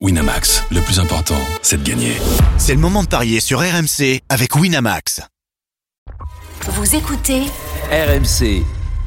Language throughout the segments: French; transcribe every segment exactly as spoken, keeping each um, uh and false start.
Winamax, le plus important, c'est de gagner. C'est le moment de parier sur R M C avec Winamax. Vous écoutez R M C.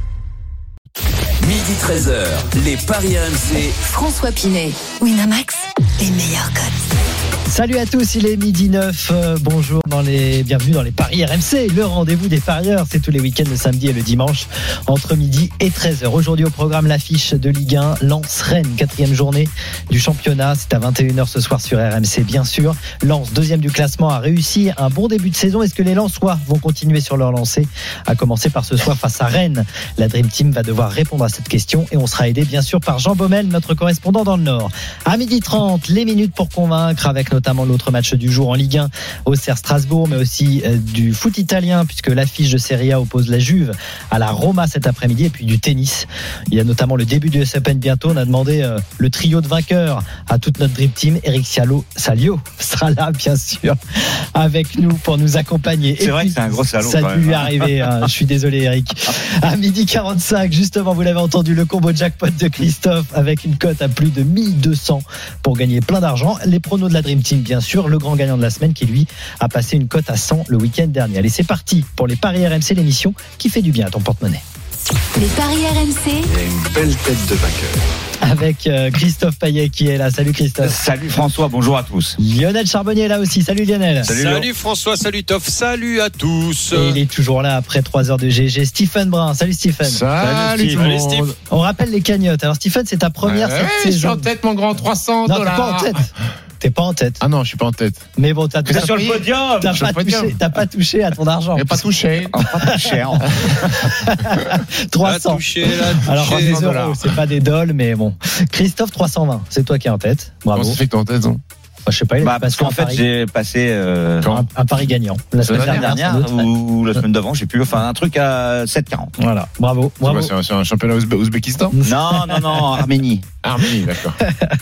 Midi treize heures, les paris R M C. François Pinet, Winamax, les meilleurs codes. Salut à tous, il est midi neuf. Euh, bonjour, dans les... bienvenue dans les paris R M C, le rendez-vous des parieurs. C'est tous les week-ends, le samedi et le dimanche, entre midi et treize heures. Aujourd'hui au programme, l'affiche de Ligue un, Lens-Rennes, quatrième journée du championnat. C'est à vingt et une heures ce soir sur R M C, bien sûr. Lens, deuxième du classement, a réussi un bon début de saison. Est-ce que les Lensois vont continuer sur leur lancée, à commencer par ce soir face à Rennes? La Dream Team va devoir répondre à cette question et on sera aidé bien sûr par Jean Baumel, notre correspondant dans le Nord. À midi trente, les minutes pour convaincre, avec notamment l'autre match du jour en Ligue un, Auxerre Strasbourg, mais aussi euh, du foot italien, puisque l'affiche de Serie A oppose la Juve à la Roma cet après-midi, et puis du tennis. Il y a notamment le début du U S Open bientôt. On a demandé euh, le trio de vainqueurs à toute notre Dream Team. Eric Salio, Salio sera là bien sûr avec nous pour nous accompagner. C'est et vrai puis, que c'est un gros salaud. ça a dû lui même. arriver, hein. Je suis désolé Eric. À midi quarante-cinq, justement, vous l'avez entendu, le combo jackpot de Christophe avec une cote à plus de mille deux cents pour gagner plein d'argent. Les pronos de la Dream Team, bien sûr, le grand gagnant de la semaine qui lui a passé une cote à cent le week-end dernier. Allez, c'est parti pour les paris R M C, l'émission qui fait du bien à ton porte-monnaie. Les paris R M C, Il y a une belle tête de vainqueur. Avec euh, Christophe Payet qui est là. Salut Christophe. Salut François, bonjour à tous. Lionel Charbonnier est là aussi. Salut Lionel. Salut, Salut François, salut Toff, salut à tous. Et il est toujours là après trois heures de G G. Stephen Brun. Salut Stephen. Salut, Steve. tout le Salut, Steve. monde. On rappelle les cagnottes. Alors Stephen, c'est ta première Ouais, cette je suis saison. en tête, mon grand, trois cents Non, t'es dollars. pas en tête. T'es pas en tête. Ah non, je suis pas en tête. Mais bon, t'as, Vous êtes sur le podium. t'as sur pas le podium. touché, t'as pas touché à ton argent. J'ai pas touché. Oh, pas très cher. trois La cents. touché, la touché. Alors, c'est des euros, dollars. c'est pas des dollars, mais bon. Christophe, trois cent vingt. C'est toi qui es en tête. Bravo. Comment ça fait que t'es en tête, hein Enfin, je sais pas, il a Bah, parce passé qu'en un fait, pari, j'ai passé euh, un, un pari gagnant. La semaine la semaine dernière, dernière sans doute. ou la semaine d'avant, j'ai pu, enfin un truc à sept quarante. Voilà. Bravo. C'est Bravo. quoi, c'est un- c'est un championnat ouzbe- ouzbékistan Non, non, non, Arménie. Arménie, d'accord.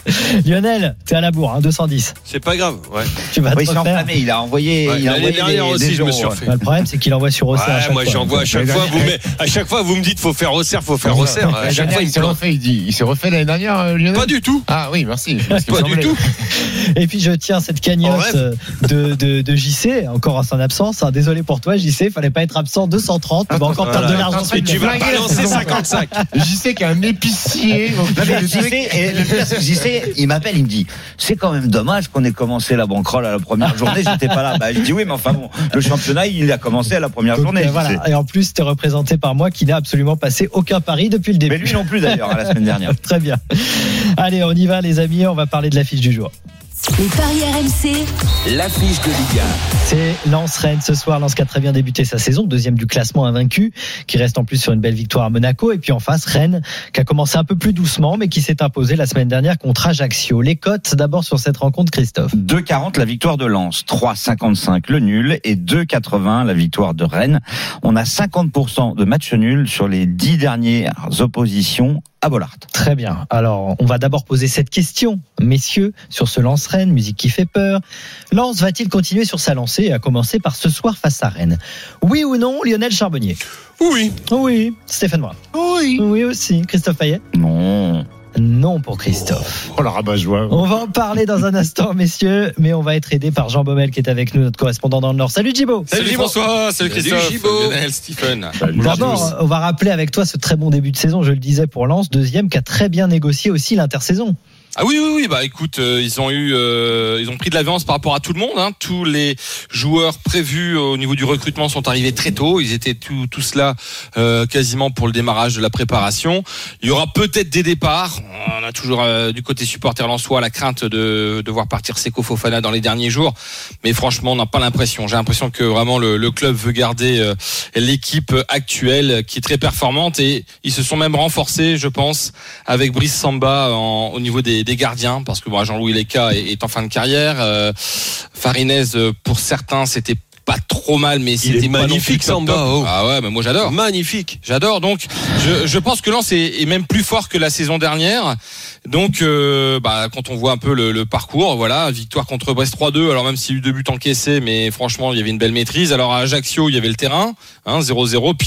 Lionel, t'es à la bourre, hein, deux cent dix. C'est pas grave, ouais. Tu vas Oui, te il s'est refaire. enflammé, il a envoyé. Ouais, il a l'année envoyé dernière des- aussi, des je me euros, suis ouais. refait. Bah, le problème, c'est qu'il envoie sur Auxerre à Ouais, chaque moi fois. j'envoie à Donc, chaque fois, vous me- à chaque fois vous me dites faut faire Auxerre, faut faire Auxerre. À L'année chaque fois dernière, il il me s'est plante. refait, il dit. Il s'est refait l'année dernière, euh, Lionel Pas du tout, Ah oui, merci. Parce qu'il me pas du semblait. tout. Et puis je tiens cette En cagnotte rêve. euh, de, de, de J C, encore en son absence. Hein. Désolé pour toi, J C, fallait pas être absent. Deux cent trente, tu vas encore perdre de Voilà. l'argent. Et Et tu vas Flinguer la balancer saison. cinquante-cinq. J'y sais qu'il y a un épicier. Non, mais J C, et le pire, c'est que J C, il m'appelle, il me dit, c'est quand même dommage qu'on ait commencé la banquerolle à la première journée, j'étais pas là. Bah, je dis oui, mais enfin bon, le championnat, il a commencé à la première Donc, journée. euh, J C. voilà. Et en plus, tu es représenté par moi qui n'a absolument passé aucun pari depuis le début. Mais lui non plus d'ailleurs, à la semaine dernière. Très bien. Allez, on y va les amis, on va parler de l'affiche du jour. les paris R M C, L'affiche de Ligue un. C'est Lens-Rennes ce soir. Lens qui a très bien débuté sa saison, deuxième du classement invaincu, qui reste en plus sur une belle victoire à Monaco. Et puis en face, Rennes qui a commencé un peu plus doucement, mais qui s'est imposé la semaine dernière contre Ajaccio. Les cotes d'abord sur cette rencontre, Christophe. deux quarante la victoire de Lens, trois cinquante-cinq le nul et deux quatre-vingts la victoire de Rennes. On a cinquante pour cent de matchs nuls sur les dix dernières oppositions à Bollaert. Très bien. Alors, on va d'abord poser cette question, messieurs, sur ce Lens-Rennes, musique qui fait peur. Lens va-t-il continuer sur sa lancée, et à commencer par ce soir face à Rennes? Oui ou non, Lionel Charbonnier? Oui. Oui. Stéphane Brun? Oui. Oui aussi. Christophe Payet? Non. Non pour Christophe. Oh, la rabat-joie. On va en parler dans un instant, messieurs, mais on va être aidé par Jean Baumel qui est avec nous, notre correspondant dans le Nord. Salut Djibo. Salut François, salut Christophe, Gibo. Lionel, Stephen. D'abord, on va rappeler avec toi ce très bon début de saison, je le disais pour Lens, deuxième, qui a très bien négocié aussi l'intersaison. Ah oui, oui, oui, bah écoute, euh, ils ont eu, euh, ils ont pris de l'avance par rapport à tout le monde. Hein. Tous les joueurs prévus au niveau du recrutement sont arrivés très tôt. Ils étaient tout, tous là euh, quasiment pour le démarrage de la préparation. Il y aura peut-être des départs. On a toujours euh, du côté supporter lensois la crainte de, de voir partir Seko Fofana dans les derniers jours. Mais franchement, on n'a pas l'impression. J'ai l'impression que vraiment le, le club veut garder euh, l'équipe actuelle qui est très performante et ils se sont même renforcés, je pense, avec Brice Samba en, au niveau des des gardiens, parce que bon, Jean-Louis Leca est, est en fin de carrière. Euh, Farinez, pour certains, c'était pas trop mal, mais c'était est pas magnifique, non plus top, Samba, top. oh. Ah ouais, mais moi j'adore. Magnifique. J'adore. Donc, je, je pense que Lens est, est même plus fort que la saison dernière. Donc, euh, bah, quand on voit un peu le, le parcours, voilà, victoire contre Brest trois deux. Alors même s'il y a eu deux buts encaissés, mais franchement, il y avait une belle maîtrise. Alors à Ajaccio, il y avait le terrain, hein, zéro zéro. Puis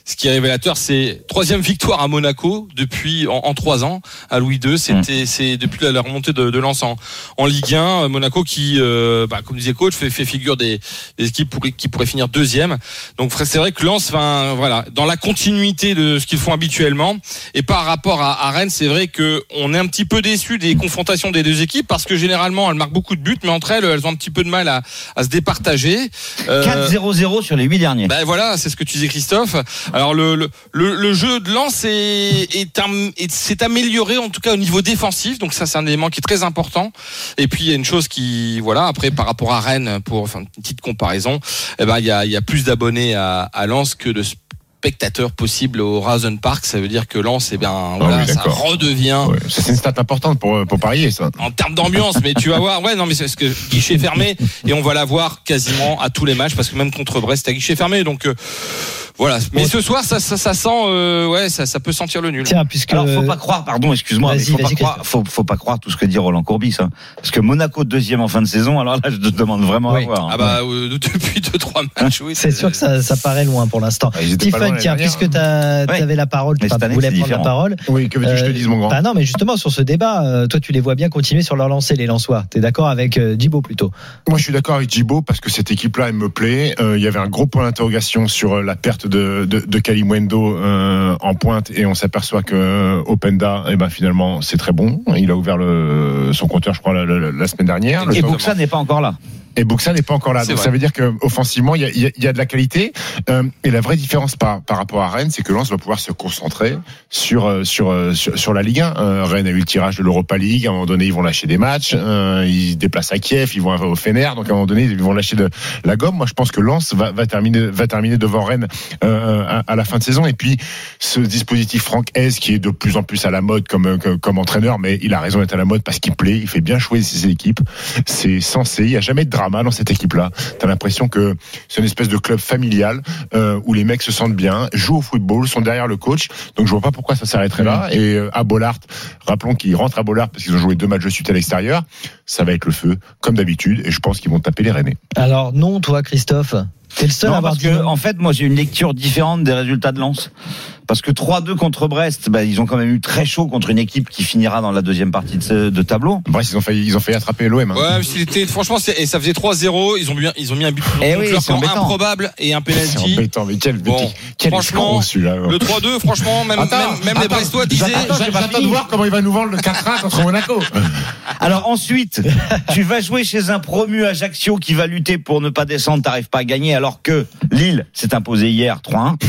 ce qui est révélateur, c'est troisième victoire à Monaco depuis en, en trois ans à Louis deux. C'était, mmh. c'est depuis la, la remontée de, de Lens en, en Ligue un. Monaco qui, euh, bah, comme disait coach, fait, fait figure des, des équipes pour, qui pourraient finir deuxième. Donc c'est vrai que Lens, enfin voilà, dans la continuité de ce qu'ils font habituellement. Et par rapport à, à Rennes, c'est vrai que on est un petit peu déçu des confrontations des deux équipes parce que généralement elles marquent beaucoup de buts, mais entre elles, elles ont un petit peu de mal à, à se départager. Euh, quatre zéro zéro sur les huit derniers. Ben voilà, c'est ce que tu disais, Christophe. Alors le le, le, le jeu de Lens est, est, un, est s'est amélioré en tout cas au niveau défensif, donc ça c'est un élément qui est très important. Et puis il y a une chose qui voilà après par rapport à Rennes pour enfin une petite comparaison, eh ben il y a il y a plus d'abonnés à, à Lens que de spectateurs possibles au Rosen Park. Ça veut dire que Lens, eh bien, voilà, oui, ça redevient. Ouais, ça, c'est une stat importante pour, pour parier, ça. En termes d'ambiance, mais tu vas voir, ouais, non, mais c'est ce que guichet fermé, et on va la voir quasiment à tous les matchs, parce que même contre Brest, c'est à guichet fermé, donc, euh, voilà. Mais bon, ce soir, ça, ça, ça sent, euh, ouais, ça, ça peut sentir le nul. Tiens, puisque. Alors, faut pas croire, pardon, excuse-moi, mais faut pas croire, faut, faut pas croire tout ce que dit Roland Courbis, hein. Parce que Monaco deuxième en fin de saison, alors là, je te demande vraiment oui. à voir. Hein. Ah bah, euh, depuis deux, trois matchs, oui. C'est, c'est sûr que ça, ça paraît loin pour l'instant. Ah, Stephen, tiens, puisque tu avais ouais. la parole, tu voulais prendre différent. la parole. Oui, que veux-tu que je te dise, mon grand? Bah non, mais justement, sur ce débat, euh, toi, tu les vois bien continuer sur leur lancée, les Lensois. T'es d'accord avec euh, Djibo plutôt? Moi, je suis d'accord avec Djibo parce que cette équipe-là, elle me plaît. Il euh, y avait un gros point d'interrogation sur la perte de, de, de Kalimuendo euh, en pointe, et on s'aperçoit que euh, Openda, eh ben finalement, c'est très bon. Il a ouvert le, son compteur, je crois, la, la, la semaine dernière. Et Buxa n'est pas encore là. Et Buxa n'est pas encore là. C'est donc vrai. Ça veut dire qu'offensivement, il y a, il y, a, il y a de la qualité. Euh, et la vraie différence par, par rapport à Rennes, c'est que Lens va pouvoir se concentrer sur, sur, sur, sur la Ligue un. Euh, Rennes a eu le tirage de l'Europa League. À un moment donné, ils vont lâcher des matchs. Euh, ils se déplacent à Kiev, ils vont au Fener. Donc à un moment donné, ils vont lâcher de la gomme. Moi, je pense que Lens va, va, terminer, va terminer devant Rennes euh, à, à la fin de saison. Et puis, ce dispositif Franck Hez, qui est de plus en plus à la mode comme, comme, comme entraîneur, mais il a raison d'être à la mode parce qu'il plaît. Il fait bien jouer ses équipes. C'est censé. Il n'y a jamais de drama dans cette équipe-là. T'as l'impression que c'est une espèce de club familial euh, où les mecs se sentent bien, jouent au football, sont derrière le coach. Donc je vois pas pourquoi ça s'arrêterait là. Et euh, à Bollaert, rappelons qu'ils rentrent à Bollaert parce qu'ils ont joué deux matchs de suite à l'extérieur. Ça va être le feu, comme d'habitude. Et je pense qu'ils vont taper les Rennais. Alors non, toi, Christophe, t'es le seul non, à avoir parce dit que, non. en fait, moi j'ai une lecture différente des résultats de Lens. Parce que trois deux contre Brest, bah, ils ont quand même eu très chaud contre une équipe qui finira dans la deuxième partie de, de tableau. Brest, ils ont failli, ils ont failli attraper l'O M. Hein. Ouais, c'était, franchement, c'est, et ça faisait trois zéro. Ils ont mis, ils ont mis un but eh oui, improbable et un penalty. C'est embêtant, mais quel, bon, quel franchement, celui-là. Le trois deux, franchement, même, attends, même, même attends, les Brestois disaient. J'attends de voir comment il va nous vendre le quatre un contre Monaco. Alors ensuite, tu vas jouer chez un promu Ajaccio qui va lutter pour ne pas descendre, t'arrives pas à gagner, alors que Lille s'est imposé hier trois un.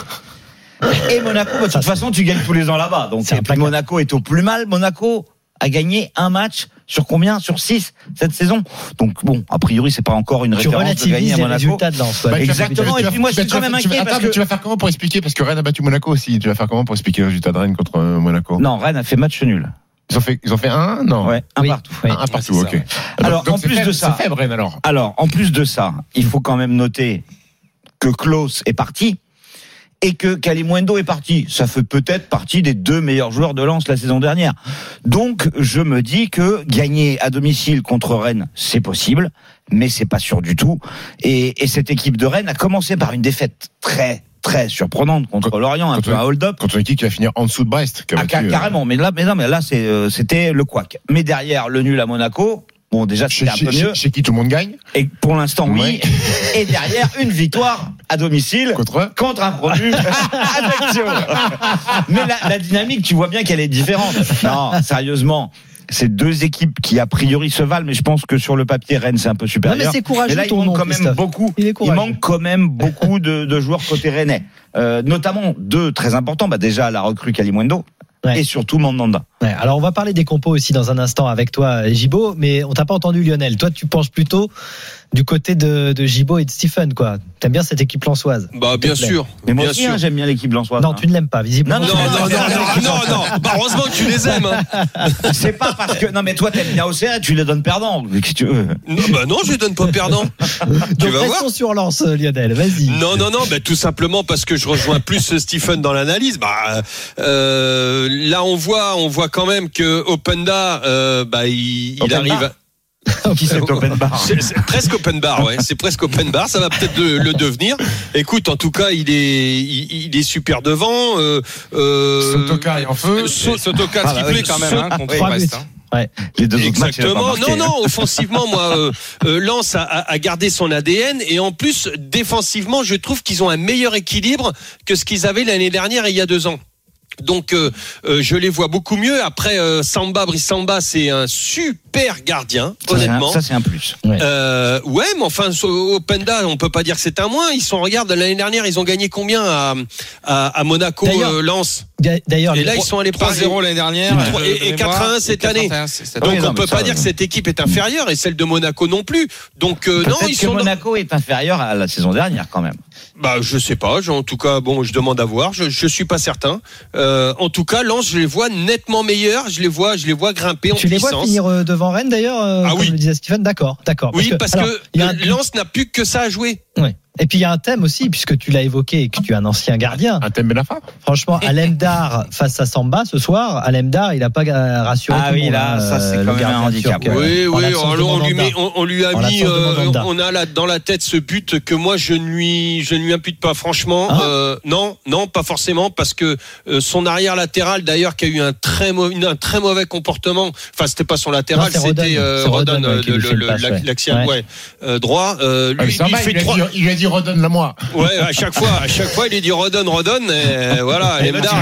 Et Monaco, bah, de toute façon, tu gagnes tous les ans là-bas. Donc, et puis Monaco est au plus mal. Monaco a gagné un match sur combien? Sur six cette saison. Donc bon, a priori, c'est pas encore une tu référence de gagner à Monaco. Résultats de Lens, ouais. Bah, exactement. Et puis moi, je suis quand même inquiet parce que tu vas faire comment pour expliquer, parce que Rennes a battu Monaco aussi. Tu vas faire comment pour expliquer le résultat de Rennes contre Monaco? Non, Rennes a fait match nul. Ils ont fait, ils ont fait un, non? Ouais, un oui. partout. Oui. Un, un partout, ok. Donc, alors, donc, en plus faible, de ça. C'est faible, Rennes, alors. Alors, en plus de ça, il faut quand même noter que Klaus est parti. Et que Kalimuendo est parti. Ça fait peut-être partie des deux meilleurs joueurs de Lens la saison dernière. Donc, je me dis que gagner à domicile contre Rennes, c'est possible, mais c'est pas sûr du tout. Et, et cette équipe de Rennes a commencé par une défaite très, très surprenante contre contre Lorient, un peu un hold-up. Contre une équipe qui va finir en dessous de Brest. Ah, battu, carrément, euh... mais là, mais non, mais là, c'est, c'était le couac. Mais derrière, le nul à Monaco. Bon, déjà, c'était un peu chez, mieux. Chez qui tout le monde gagne? Et pour l'instant, oui. Ouais. Et derrière, une victoire à domicile contre, contre un promu Ajaccio. Mais la, la dynamique, tu vois bien qu'elle est différente. Non, sérieusement. C'est deux équipes qui a priori se valent, mais je pense que sur le papier Rennes c'est un peu supérieur. Non mais c'est courageux. Et là, ton il manque nom, quand même Christophe. beaucoup. Il, il manque quand même beaucoup de, de joueurs côté rennais, euh, notamment deux très importants. Bah déjà la recrue Kalimuendo. Ouais. Et surtout Mandanda. Ouais, alors on va parler des compos aussi dans un instant avec toi, Gibo, mais on t'a pas entendu, Lionel. Toi, tu penches plutôt du côté de, de Gibo et de Stephen, quoi. T'aimes bien cette équipe lensoise? Bah bien sûr. Mais moi bien aussi, sûr. Hein, j'aime bien l'équipe lensoise. Non, hein. tu ne l'aimes pas, visiblement. Non, non, non, non, non, non, non. Bah, heureusement que tu les aimes. Hein. C'est pas parce que non, mais toi t'aimes bien O C R, tu les donnes perdants. Qu'est-ce que tu veux? Non, bah non, je les donne pas perdants. Donc restons sur Lens, Lionel. Vas-y. Non, non, non. Bah tout simplement parce que je rejoins plus Stephen dans l'analyse. Bah euh, là, on voit, on voit quand même que Openda, euh, bah il, il arrive. À... Qui c'est open bar. C'est, c'est presque open bar, ouais. C'est presque open bar. Ça va peut-être de, le devenir. Écoute, en tout cas, il est, il, il est super devant. Euh, euh, Sotoka est en feu. So, Sotoka ah, triplé quand même hein, contre Brest. Hein. Ouais. Les deux Exactement. Autres matchs, non, non. Offensivement, moi, euh, euh, Lens a, a gardé son A D N et en plus, défensivement, je trouve qu'ils ont un meilleur équilibre que ce qu'ils avaient l'année dernière et il y a deux ans. Donc euh, euh, je les vois beaucoup mieux. Après euh, Samba, Brice Samba, c'est un super gardien, ça, honnêtement. Ça c'est un plus. Ouais, euh, ouais mais enfin Openda, on peut pas dire que c'est un moins. Ils sont, regarde, l'année dernière, ils ont gagné combien à, à, à Monaco, euh, Lens. D'ailleurs, et là ils sont allés trois zéro l'année dernière et, et quatre à un cette année. Donc oui, non, on peut pas ça, dire ouais. que cette équipe est inférieure et celle de Monaco non plus. Donc euh, non, ils que sont Monaco dans... est inférieur à la saison dernière quand même. Bah je sais pas. En tout cas, bon, je demande à voir. Je, je suis pas certain. Euh, en tout cas, Lens, je les vois nettement meilleurs. Je les vois, je les vois grimper en tu puissance. Tu les vois finir euh, devant Rennes d'ailleurs, euh, ah, comme oui. le disait Stephen. D'accord, d'accord. Oui, parce que, parce que un... Lens n'a plus que ça à jouer. Oui. Et puis il y a un thème aussi, puisque tu l'as évoqué et que tu es un ancien gardien. Un thème Benafa. Franchement, Alemdar face à Samba ce soir, Alemdar, il n'a pas rassuré ah tout oui, le monde. là, ça c'est quand même un handicap. Turc, oui, oui, alors, on, lui met, on, on lui a en mis, euh, on a là, dans la tête ce but que moi je ne lui, je ne lui impute pas. Franchement, hein euh, non, non, pas forcément, parce que euh, son arrière latéral, d'ailleurs, qui a eu un très mauvais, un très mauvais comportement. Enfin, c'était pas son latéral, non, c'était euh, Rodon, l'axial, ouais, euh, droit. Euh, lui, ah, il, il, fait il, trois... a dit, il a dit Rodon là moi. Ouais, à chaque fois, à chaque fois, il dit Rodon, Rodon, et voilà, Alemdar,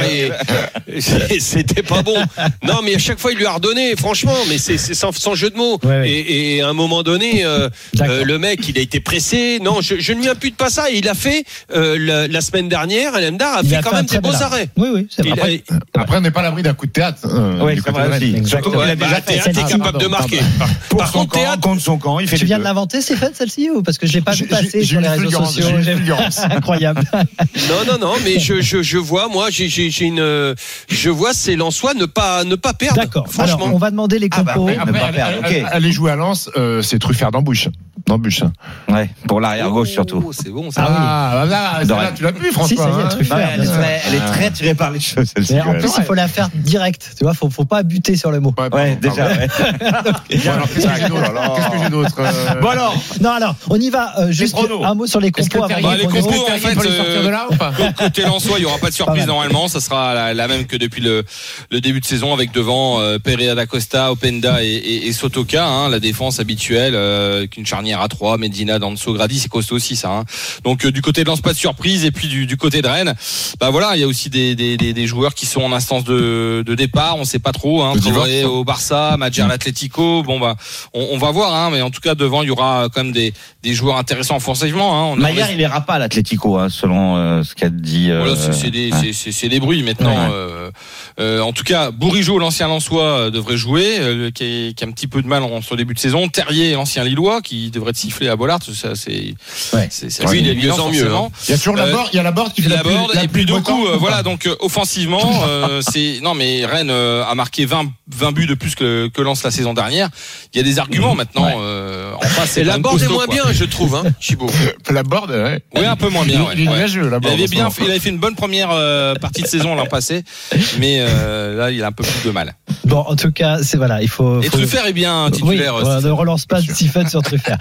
c'était pas bon. Non, mais à chaque fois, il lui a redonné, franchement, mais c'est, c'est sans, sans jeu de mots. Ouais, ouais. Et, et à un moment donné, euh, euh, le mec, il a été pressé. Non, je, je ne lui impute pas ça. Il a fait euh, la, la semaine dernière, Alemdar a il fait a quand fait même des beaux arrêts. Oui, oui, c'est vrai. Après, a... après, on n'est pas à l'abri d'un coup de théâtre. Euh, oui, c'est vrai aussi. Exactement. Ouais, bah, théâtre est capable de marquer. Pour Par contre, théâtre contre son camp, il fait. Tu viens de l'inventer, Stéphane, celle-ci, ou parce que je l'ai pas vu passer sur les réseaux sociaux. Incroyable. Non, non, non, mais je, je, je vois, moi, j'ai, j'ai, j'ai une, je vois ces Lensois ne pas, ne pas perdre. D'accord. Franchement. Alors, on va demander les compos. Ah bah, après, après, aller, okay. aller jouer à Lens, euh, c'est Truffert d'embûche. D'embûche. Ouais, pour l'arrière gauche oh, surtout. C'est bon, ça. Ah, là, là, là, tu l'as pu, François. Si, ça y est, Truffert. Ouais, elle, est très, elle est très tirée par les cheveux, celle-ci. En plus, il faut la faire direct. Tu vois, faut, faut pas buter sur le mot. Ouais, ouais déjà. Ouais. Bon, alors, qu'est-ce que j'ai d'autre? Qu'est-ce que j'ai d'autre euh... Bon alors, non alors, on y va. Euh, juste un mot sur les compos. Bah, les compos, en fait, euh, côté Lensois, il y aura pas de surprise normalement. Ça sera la, la même que depuis le, le début de saison, avec devant euh, Pereira da Costa, Openda et, et, et Sotoka. Hein, la défense habituelle, euh, avec une charnière à trois, Medina, Danso, Grady, c'est costaud aussi ça. Hein. Donc euh, du côté de Lens, pas de surprise. Et puis du, du côté de Rennes, bah voilà, il y a aussi des, des, des, des joueurs qui sont en instance de, de départ. On sait pas trop. Hein, Traoré au Barça, Madjer à l'Atlético. Bon bah, on, on va voir. Hein, mais en tout cas devant, il y aura quand même des, des joueurs intéressants offensivement. Hein. Madjer, il ira pas à l'Atlético, hein, selon euh, ce qu'a dit. Euh, voilà, c'est, c'est, des, ouais. c'est, c'est, c'est des bruits maintenant. Ouais. Euh, euh, en tout cas, Bourigeaud, l'ancien Lensois, devrait jouer, euh, qui, est, qui a un petit peu de mal en son début de saison. Terrier, l'ancien Lillois, qui devrait être sifflé à Bollard. Ça, c'est, ouais. c'est, c'est oui, il est de mieux en mieux. Hein. Il y a toujours la Borde, il y a la Borde qui fait la Borde. Et puis, du coup, euh, voilà, pas. donc, euh, offensivement, euh, c'est, non, mais Rennes euh, a marqué vingt, vingt buts de plus que, que Lens la saison dernière. Il y a des arguments maintenant. Ouais. Euh, en face, c'est la Borde est moins quoi. bien, je trouve, hein, Chibo. La Borde, ouais. Oui, un peu moins bien. Il, ouais. il, jeu, la Borde, il avait bien, fait, il avait fait une bonne première euh, partie de saison l'an passé, mais euh, là, il a un peu plus de mal. Bon, en tout cas, c'est voilà, il faut. Et faut... Truffert est bien titulaire. Oui, voilà, ne relance pas Stephen sur Truffert.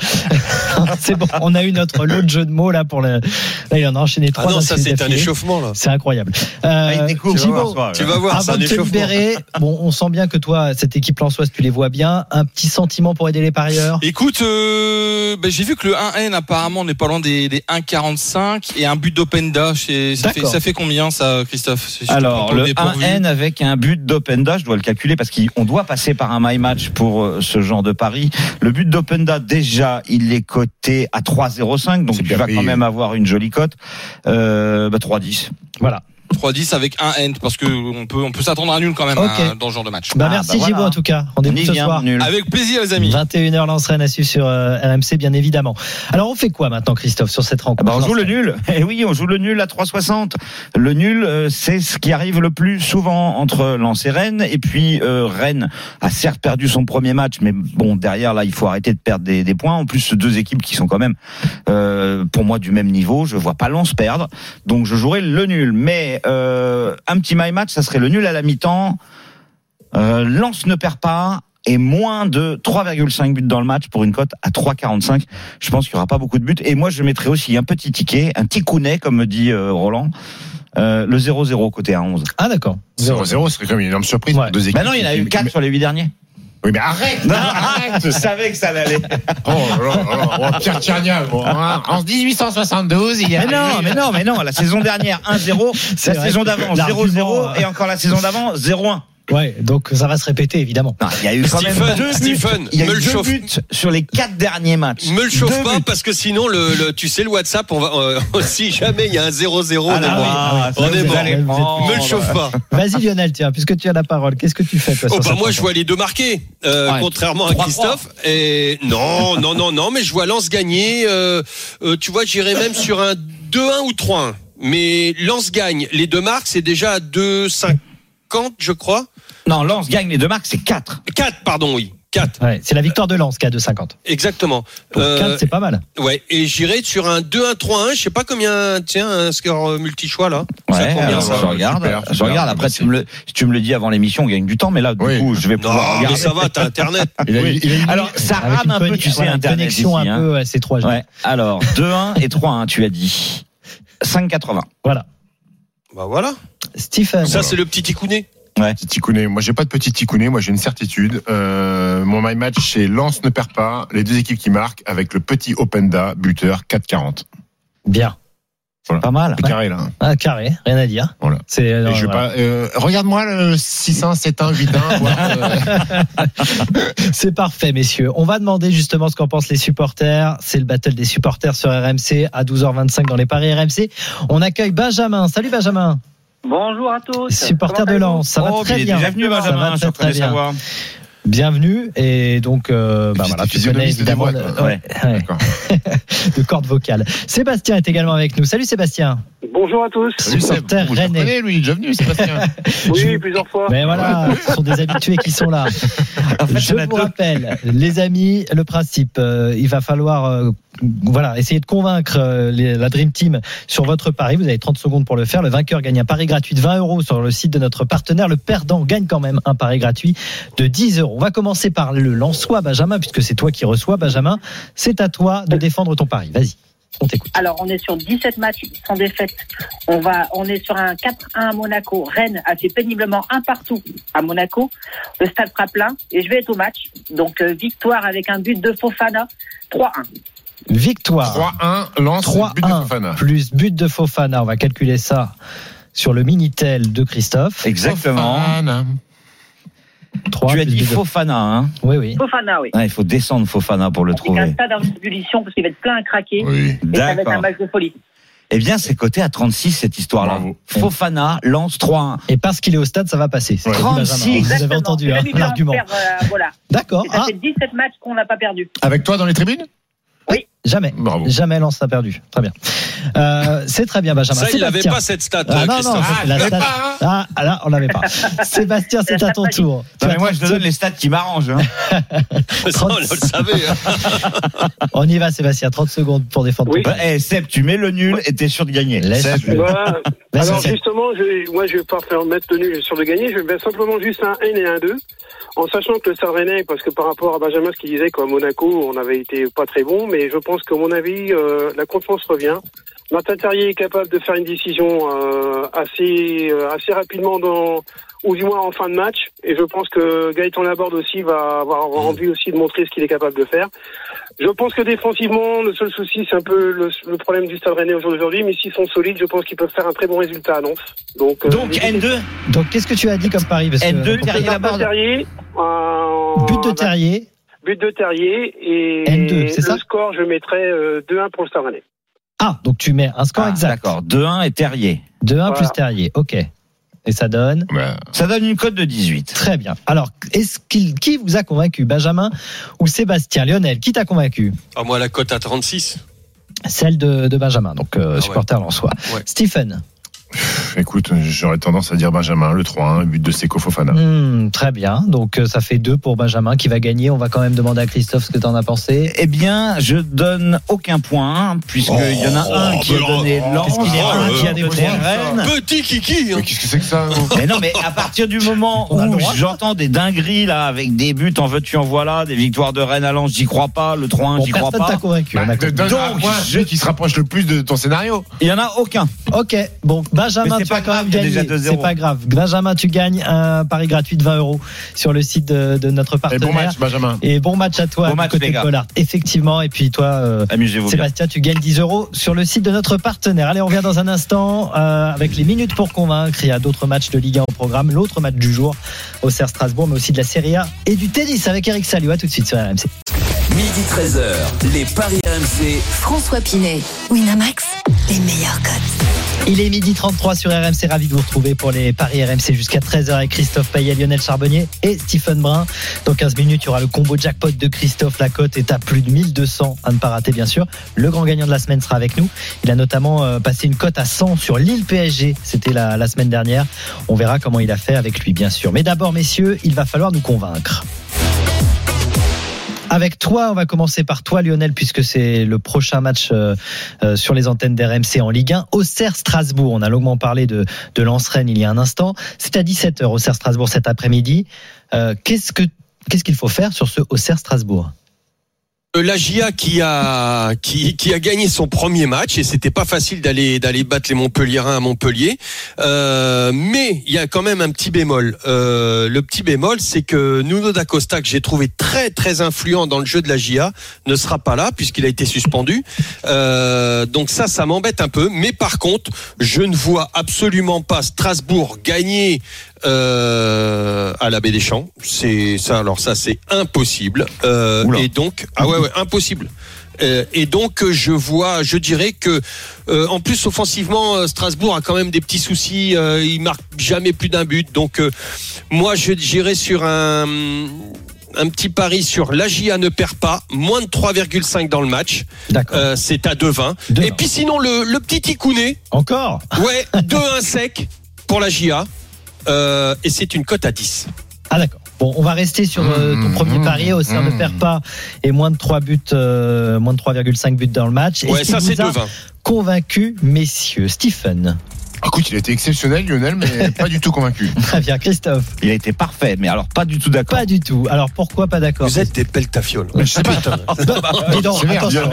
C'est bon, on a eu notre lot de jeu de mots là pour le. Là, il en a enchaîné trois. Ah non, ça c'est un échauffement là. C'est incroyable. Euh, ah, découvre, tu, vas voir, tu vas voir, avant c'est un de te échauffement. Libérer, bon, on sent bien que toi, cette équipe lensoise, tu les vois bien. Un petit sentiment pour aider les parieurs. Écoute, euh, ben, j'ai vu que le un N apparemment n'est pas loin des, des un quarante-cinq et un but d'Openda. Ça fait, ça fait combien ça, Christophe? Alors le un N avec un but d'Openda, je dois le calculer parce qu'on doit passer par un my match pour ce genre de pari. Le but d'Openda, déjà, il est coté à trois virgule zéro cinq, donc tu vas quand même avoir une jolie cote. Euh, bah, trois virgule dix. Voilà. trois dix avec un end parce que on peut on peut s'attendre à un nul quand même okay. hein, dans ce genre de match. Bah merci ah, bah Gibo voilà. En tout cas. Rendez-vous ce soir. Nul. Avec plaisir les amis. vingt et une heures Lens Rennes à suivre sur euh, R M C bien évidemment. Alors on fait quoi maintenant Christophe sur cette rencontre? Bah, on joue le nul. Eh oui, on joue le nul à trois soixante. Le nul euh, c'est ce qui arrive le plus souvent entre Lens et Rennes et puis euh, Rennes a certes perdu son premier match mais bon derrière là il faut arrêter de perdre des, des points. En plus deux équipes qui sont quand même euh, pour moi du même niveau, je vois pas Lens perdre. Donc je jouerai le nul mais euh, un petit my match, ça serait le nul à la mi-temps. Euh, Lens ne perd pas et moins de trois virgule cinq buts dans le match pour une cote à trois virgule quarante-cinq. Je pense qu'il n'y aura pas beaucoup de buts. Et moi, je mettrai aussi un petit ticket, un ticounet, comme me dit euh, Roland, euh, le zéro zéro côté à onze. Ah, d'accord. zéro zéro serait quand même une énorme surprise Ouais. pour deux équipes. Bah non, il y en a eu quatre sur les huit derniers. Oui, mais arrête! Non, arrête! je savais que ça allait. Oh là là, oh, Pierre Tchernia, en dix-huit cent soixante-douze, il y a. Mais non, mais non, mais non, la saison dernière, un zéro, la vrai saison que d'avant, l'argument, zéro zéro, euh, et encore la saison d'avant, zéro un. Ouais, donc ça va se répéter, évidemment. Non, il y a eu quand Stephen, même deux buts. Stephen, Il y a me eu le deux chauffe. buts sur les quatre derniers matchs. Me le chauffe Deux pas buts. parce que sinon le, le tu sais le WhatsApp on va euh, si jamais il y a un zéro zéro on Ah est là mort. là, On ça, est vous mort. allez prendre. Me le chauffe pas. Vas-y Lionel, tiens, puisque tu as la parole, qu'est-ce que tu fais toi, Oh sur bah cette moi je rencontre vois les deux marqués euh, Ouais. contrairement à trois Christophe et non non non non mais je vois Lens gagner euh, euh, tu vois j'irais même sur un deux un ou trois un mais Lens gagne les deux marques c'est déjà à deux cinquante je crois. Non, Lens gagne les deux marques, c'est quatre. quatre pardon oui quatre. Ouais, c'est la victoire de Lens qui a deux cinquante. Exactement. Donc Euh, quatre, c'est pas mal. Ouais, et j'irai sur un deux un trois un, je sais pas combien, tiens, un score multi-choix là. C'est Ouais, combien alors, ça je regarde. Super, je super, regarde. Après, merci. tu me le, si tu me le dis avant l'émission, on gagne du temps, mais là, du Oui. coup, je vais pouvoir Non, mais regarder. ça va, t'as internet. Il a, Oui. il a une- Alors, ça Avec rame une un peu, conne- tu sais, voilà, une Internet connexion ici, un hein. peu, ouais, c'est trois G. Ouais. Alors, deux un et trois un, tu as dit. cinq quatre-vingts. Voilà. Bah voilà. Stephen. Ça, c'est le petit ticounet. Petit ticounet. Moi, j'ai pas de petit ticounet. Moi, j'ai une certitude. Euh, mon my match, c'est Lens ne perd pas. Les deux équipes qui marquent avec le petit Openda, buteur, quatre quarante. Bien. Voilà. Pas mal. C'est carré, là. Ah, carré, rien à dire. Voilà. C'est, Et non, je vais voilà. pas, euh, regarde-moi le six un, sept un, huit un, voir, euh, C'est parfait, messieurs. On va demander justement ce qu'en pensent les supporters. C'est le battle des supporters sur R M C à douze heures vingt-cinq dans les paris R M C. On accueille Benjamin. Salut Benjamin. Bonjour à tous. Supporter de Lens. Ça va Oh, très il est bien. déjà venu, Ça va Benjamin, très, je très reconnais sa bien. voix. Bienvenue. Et donc, euh, bah Fils- voilà, tu physionomiste connais évidemment des voix, le, quoi. ouais, ouais, D'accord. de corde vocale. Sébastien est également avec nous. Salut Sébastien. Bonjour à tous. Salut, Seb. Supporter Vous le rennais. reconnaissez, lui, il est déjà venu, Sébastien. Oui, plusieurs fois. Mais voilà, ce sont des habitués qui sont là. En fait, Je il y en a vous deux. rappelle, les amis, le principe, euh, il va falloir euh, voilà, essayer de convaincre euh, les- la Dream Team sur votre pari. Vous avez trente secondes pour le faire. Le vainqueur gagne un pari gratuit de vingt euros sur le site de notre partenaire. Le perdant gagne quand même un pari gratuit de dix euros. On va commencer par le Lensois, Benjamin, puisque c'est toi qui reçois, Benjamin. C'est à toi de défendre ton pari. Vas-y, on t'écoute. Alors, on est sur dix-sept matchs sans défaite. On va, on est sur un quatre un à Monaco. Rennes a fait péniblement un partout à Monaco. Le stade sera plein et je vais être au match. Donc, euh, victoire avec un but de Fofana. trois un. Victoire. trois un, Lens, trois but de un Fofana. plus but de Fofana. On va calculer ça sur le Minitel de Christophe. Exactement. Fofana. trois Tu as plus dit but de- Fofana, hein. Oui, oui. Fofana, oui. Ah, il faut descendre Fofana pour le C'est un trouver. stade en ébullition parce qu'il va être plein à craquer. Oui. Et ça va être un D'accord. match de folie. Eh bien, c'est coté à trente-six, cette histoire-là. Bravo. Fofana lance trois un. Et parce qu'il est au stade, ça va passer. C'est Ouais. ce que dit Benjamin. trente-six. Vous avez Exactement. entendu C'est hein, la nuit blanche, l'argument. père, euh, voilà. D'accord. Et ça Ah, fait dix-sept matchs qu'on n'a pas perdu. Avec toi dans les tribunes? jamais. Bravo. Jamais Lens n'a perdu. Très bien. Euh, c'est très bien, Benjamin. Ça, il n'avait Sébastien. pas cette stat, Ah, euh, non, non, Christophe. ça, c'est la je l'ai stat. pas, Ah, ah, là, on l'avait pas. Sébastien, c'est C'est à la ton stat tour. Tu Non, as mais moi, je te trente donne les stats qui m'arrangent. Hein. Ça, on le savait. hein. On y va, Sébastien. trente secondes pour défendre Oui. ton Bah, eh, Seb, tu mets le nul et t'es sûr de gagner. Laisse- Seb, Voilà. Vas-y, Alors Seb. justement, je, moi je vais pas faire mettre le nul sur le gagner, je vais mettre simplement juste un un et un deux, en sachant que le Stade Rennais, parce que par rapport à Benjamin ce qu'il disait qu'à Monaco on avait été pas très bon, mais je pense qu'à mon avis euh, la confiance revient. Martin Terrier est capable de faire une décision euh, assez euh, assez rapidement dans ou du moins en fin de match, et je pense que Gaëtan Laborde aussi va avoir envie aussi de montrer ce qu'il est capable de faire. Je pense que défensivement, le seul souci, c'est un peu le, le problème du Stade Rennais aujourd'hui, mais s'ils sont solides, je pense qu'ils peuvent faire un très bon résultat à Nantes. Donc, euh, Donc, N deux. Donc, qu'est-ce que tu as dit comme pari? Parce que- N deux, pourquoi- Terrier Martin Laborde. Terrier, euh, But de Terrier. but de Terrier, et N deux, c'est le ça score, je mettrais euh, deux un pour le Stade Rennais. Ah, donc tu mets un score Ah, exact. D'accord. deux un et Terrier. deux un Voilà. plus Terrier. OK. Et ça donne Bah, Ça donne une cote de dix-huit. très bien. Alors, est-ce qu'il, qui vous a convaincu, Benjamin ou Sébastien? Lionel, qui t'a convaincu? Ah, moi, la cote à trente-six. Celle de, de Benjamin, donc euh, ouais. supporter lensois. Ouais. Stephen. Écoute, j'aurais tendance à dire Benjamin, le trois un, but de Seko Fofana. Mmh, très bien, donc ça fait deux pour Benjamin qui va gagner. On va quand même demander à Christophe ce que tu en as pensé. Eh bien, je donne aucun point, puisqu'il oh, y en a oh, un qui a donné Lens, qu'est-ce qu'il y a un qui a donné Rennes. Petit kiki. Hein. Mais qu'est-ce que c'est que ça? Mais non, mais à partir du moment où j'entends des dingueries là, avec des buts en veux-tu en voilà, des victoires de Rennes à Lens, j'y crois pas. Le trois un, bon, j'y crois pas. Personne t'a convaincu. Bah, donc, je qui se rapproche le plus de ton scénario. Il y en a aucun. Ok, bon Benjamin, tu as quand même gagné. C'est pas grave. Benjamin, tu gagnes un pari gratuit de vingt euros sur le site de, de notre partenaire. Et bon match, Benjamin. Et bon match à toi, bon match, côté Pollard. Effectivement. Et puis toi, euh, amusez-vous Sébastien, bien. tu gagnes dix euros sur le site de notre partenaire. Allez, on revient dans un instant euh, avec les minutes pour convaincre. Il y a d'autres matchs de Ligue un au programme. L'autre match du jour, Auxerre Strasbourg, mais aussi de la Serie A et du tennis avec Eric Salio. À tout de suite sur R M C. midi treize heures, les paris R M C. François Pinet, Winamax, les meilleurs codes. Il est midi trente-trois sur R M C, ravi de vous retrouver pour les paris R M C jusqu'à treize heures avec Christophe Payet, Lionel Charbonnier et Stephen Brun. Dans quinze minutes, il y aura le combo jackpot de Christophe. La cote est à plus de mille deux cents, à ne pas rater bien sûr. Le grand gagnant de la semaine sera avec nous. Il a notamment euh, passé une cote à cent sur Lille P S G, c'était la, la semaine dernière. On verra comment il a fait avec lui bien sûr. Mais d'abord messieurs, il va falloir nous convaincre. Avec toi, on va commencer par toi Lionel, puisque c'est le prochain match euh, euh, sur les antennes d'R M C en Ligue un. Auxerre Strasbourg, on a longuement parlé de, de Lens Rennes il y a un instant. C'est à dix-sept heures Auxerre Strasbourg cet après-midi. Euh, qu'est-ce, que, qu'est-ce qu'il faut faire sur ce Auxerre Strasbourg ? La J A qui a qui qui a gagné son premier match et c'était pas facile d'aller d'aller battre les Montpelliérains à Montpellier, euh, mais il y a quand même un petit bémol. Euh, le petit bémol, c'est que Nuno da Costa, que j'ai trouvé très très influent dans le jeu de la J A, ne sera pas là puisqu'il a été suspendu. Euh, donc ça, ça m'embête un peu. Mais par contre, je ne vois absolument pas Strasbourg gagner euh, à la Baie des Champs. C'est ça. Alors ça, c'est impossible. Euh, et donc ah ouais. Ouais, impossible. Euh, et donc je vois, je dirais que euh, en plus offensivement, Strasbourg a quand même des petits soucis. Euh, il marque jamais plus d'un but. Donc euh, moi, je j'irais sur un un petit pari sur la J A ne perd pas, moins de trois virgule cinq dans le match. D'accord. Euh, c'est à deux vingt. Et puis sinon le le petit Tikouné. Encore. Ouais, deux un sec pour la J A. Euh, et c'est une cote à dix. Ah d'accord. Bon, on va rester sur euh, ton premier mmh, pari. Auxerre mmh. ne perd pas et moins de trois buts, euh, moins de trois virgule cinq buts dans le match. Ouais, Est-ce ça c'est deux vingt. Convaincu, messieurs. Stephen. Écoute, il a été exceptionnel, Lionel, mais pas du tout convaincu. Très bien, Christophe. Il a été parfait, mais alors pas du tout d'accord. Pas du tout. Alors pourquoi pas d'accord? Vous êtes des peltafioles. Je sais pas. Dis donc, attention.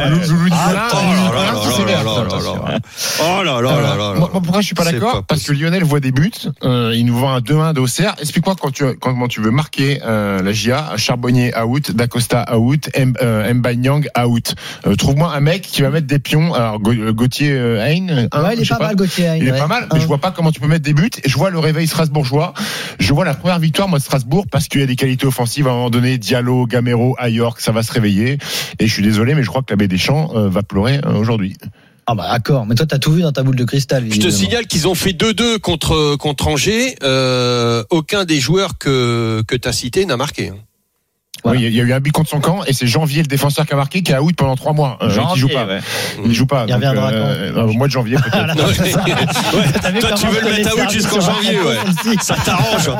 Oh là là là là. Moi, pourquoi je suis pas d'accord? Parce que Lionel voit des buts. Euh, il nous vend un deux un d'Auxerre. Explique-moi quand tu, comment tu veux marquer euh, la J A. Charbonnier out, Dacosta out, M, euh, Mbanyang out. Euh, trouve-moi un mec qui va mettre des pions. Alors Gauthier euh, Hein. Hein, ouais, il est pas, pas mal, Gauthier Hein. Il est ouais. pas mal. Mais je vois pas comment tu peux mettre des buts. Et je vois le réveil strasbourgeois. Je vois la première victoire, moi, de Strasbourg, parce qu'il y a des qualités offensives. À un moment donné, Diallo, Gamero, Ayork, ça va se réveiller. Et je suis désolé, mais je crois que la Baie des Champs euh, va pleurer euh, aujourd'hui. Ah bah d'accord, mais toi t'as tout vu dans ta boule de cristal. Je te signale qu'ils ont fait deux deux contre contre Angers. Euh, aucun des joueurs que que t'as cités n'a marqué. Voilà. Oui, il y a eu un but contre son camp et c'est Janvier, le défenseur qui a marqué, qui est out pendant trois mois. Euh, janvier, qui joue pas. Ouais. Il joue pas. Il donc, reviendra euh, quand au mois de janvier peut-être. Non, ouais. Toi, tu veux le mettre out jusqu'en janvier, ouais. Ça t'arrange.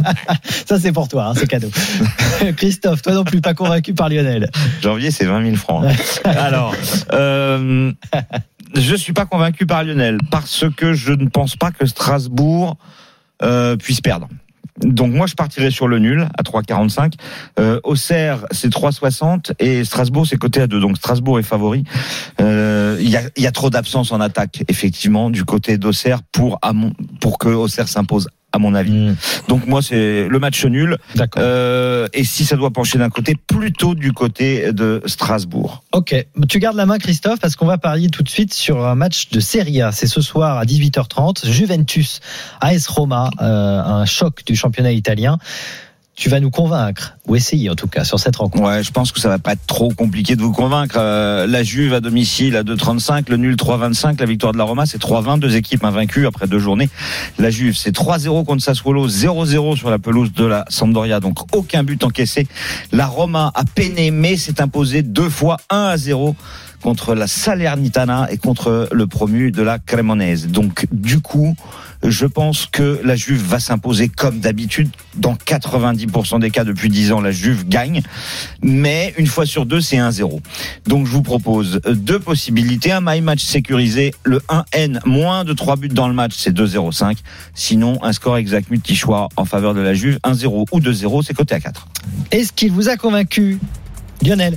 Ça c'est pour toi, hein, c'est cadeau. Christophe, toi non plus pas convaincu par Lionel. Janvier, c'est vingt mille francs. Alors, euh, je suis pas convaincu par Lionel parce que je ne pense pas que Strasbourg euh, puisse perdre. Donc moi je partirais sur le nul à trois virgule quarante-cinq. Euh, Auxerre c'est trois virgule soixante et Strasbourg c'est coté à deux. Donc Strasbourg est favori. Il euh, y, a, y a trop d'absence en attaque effectivement du côté d'Auxerre pour à mon, pour que Auxerre s'impose à mon avis. Mmh. Donc moi c'est le match nul. D'accord. Euh, et si ça doit pencher d'un côté, plutôt du côté de Strasbourg. Ok, tu gardes la main Christophe parce qu'on va parier tout de suite sur un match de Serie A. C'est ce soir à dix-huit heures trente. Juventus A S Roma, euh, un choc du championnat italien. Tu vas nous convaincre, ou essayer en tout cas, sur cette rencontre. Ouais, je pense que ça va pas être trop compliqué de vous convaincre. Euh, la Juve à domicile à deux virgule trente-cinq, le nul trois virgule vingt-cinq, la victoire de la Roma c'est trois virgule vingt, deux équipes invaincues après deux journées. La Juve c'est trois zéro contre Sassuolo, zéro zéro sur la pelouse de la Sampdoria, donc aucun but encaissé. La Roma a peiné mais s'est imposée deux fois un à zéro contre la Salernitana et contre le promu de la Cremonese. Donc du coup, je pense que la Juve va s'imposer comme d'habitude. Dans quatre-vingt-dix pour cent des cas depuis dix ans, la Juve gagne. Mais une fois sur deux, c'est un zéro. Donc je vous propose deux possibilités. Un my match sécurisé, le un N, moins de trois buts dans le match, c'est deux zéro cinq. Sinon, un score exact multi-choix en faveur de la Juve, un zéro ou deux zéro, c'est coté à quatre. Est-ce qu'il vous a convaincu, Lionel?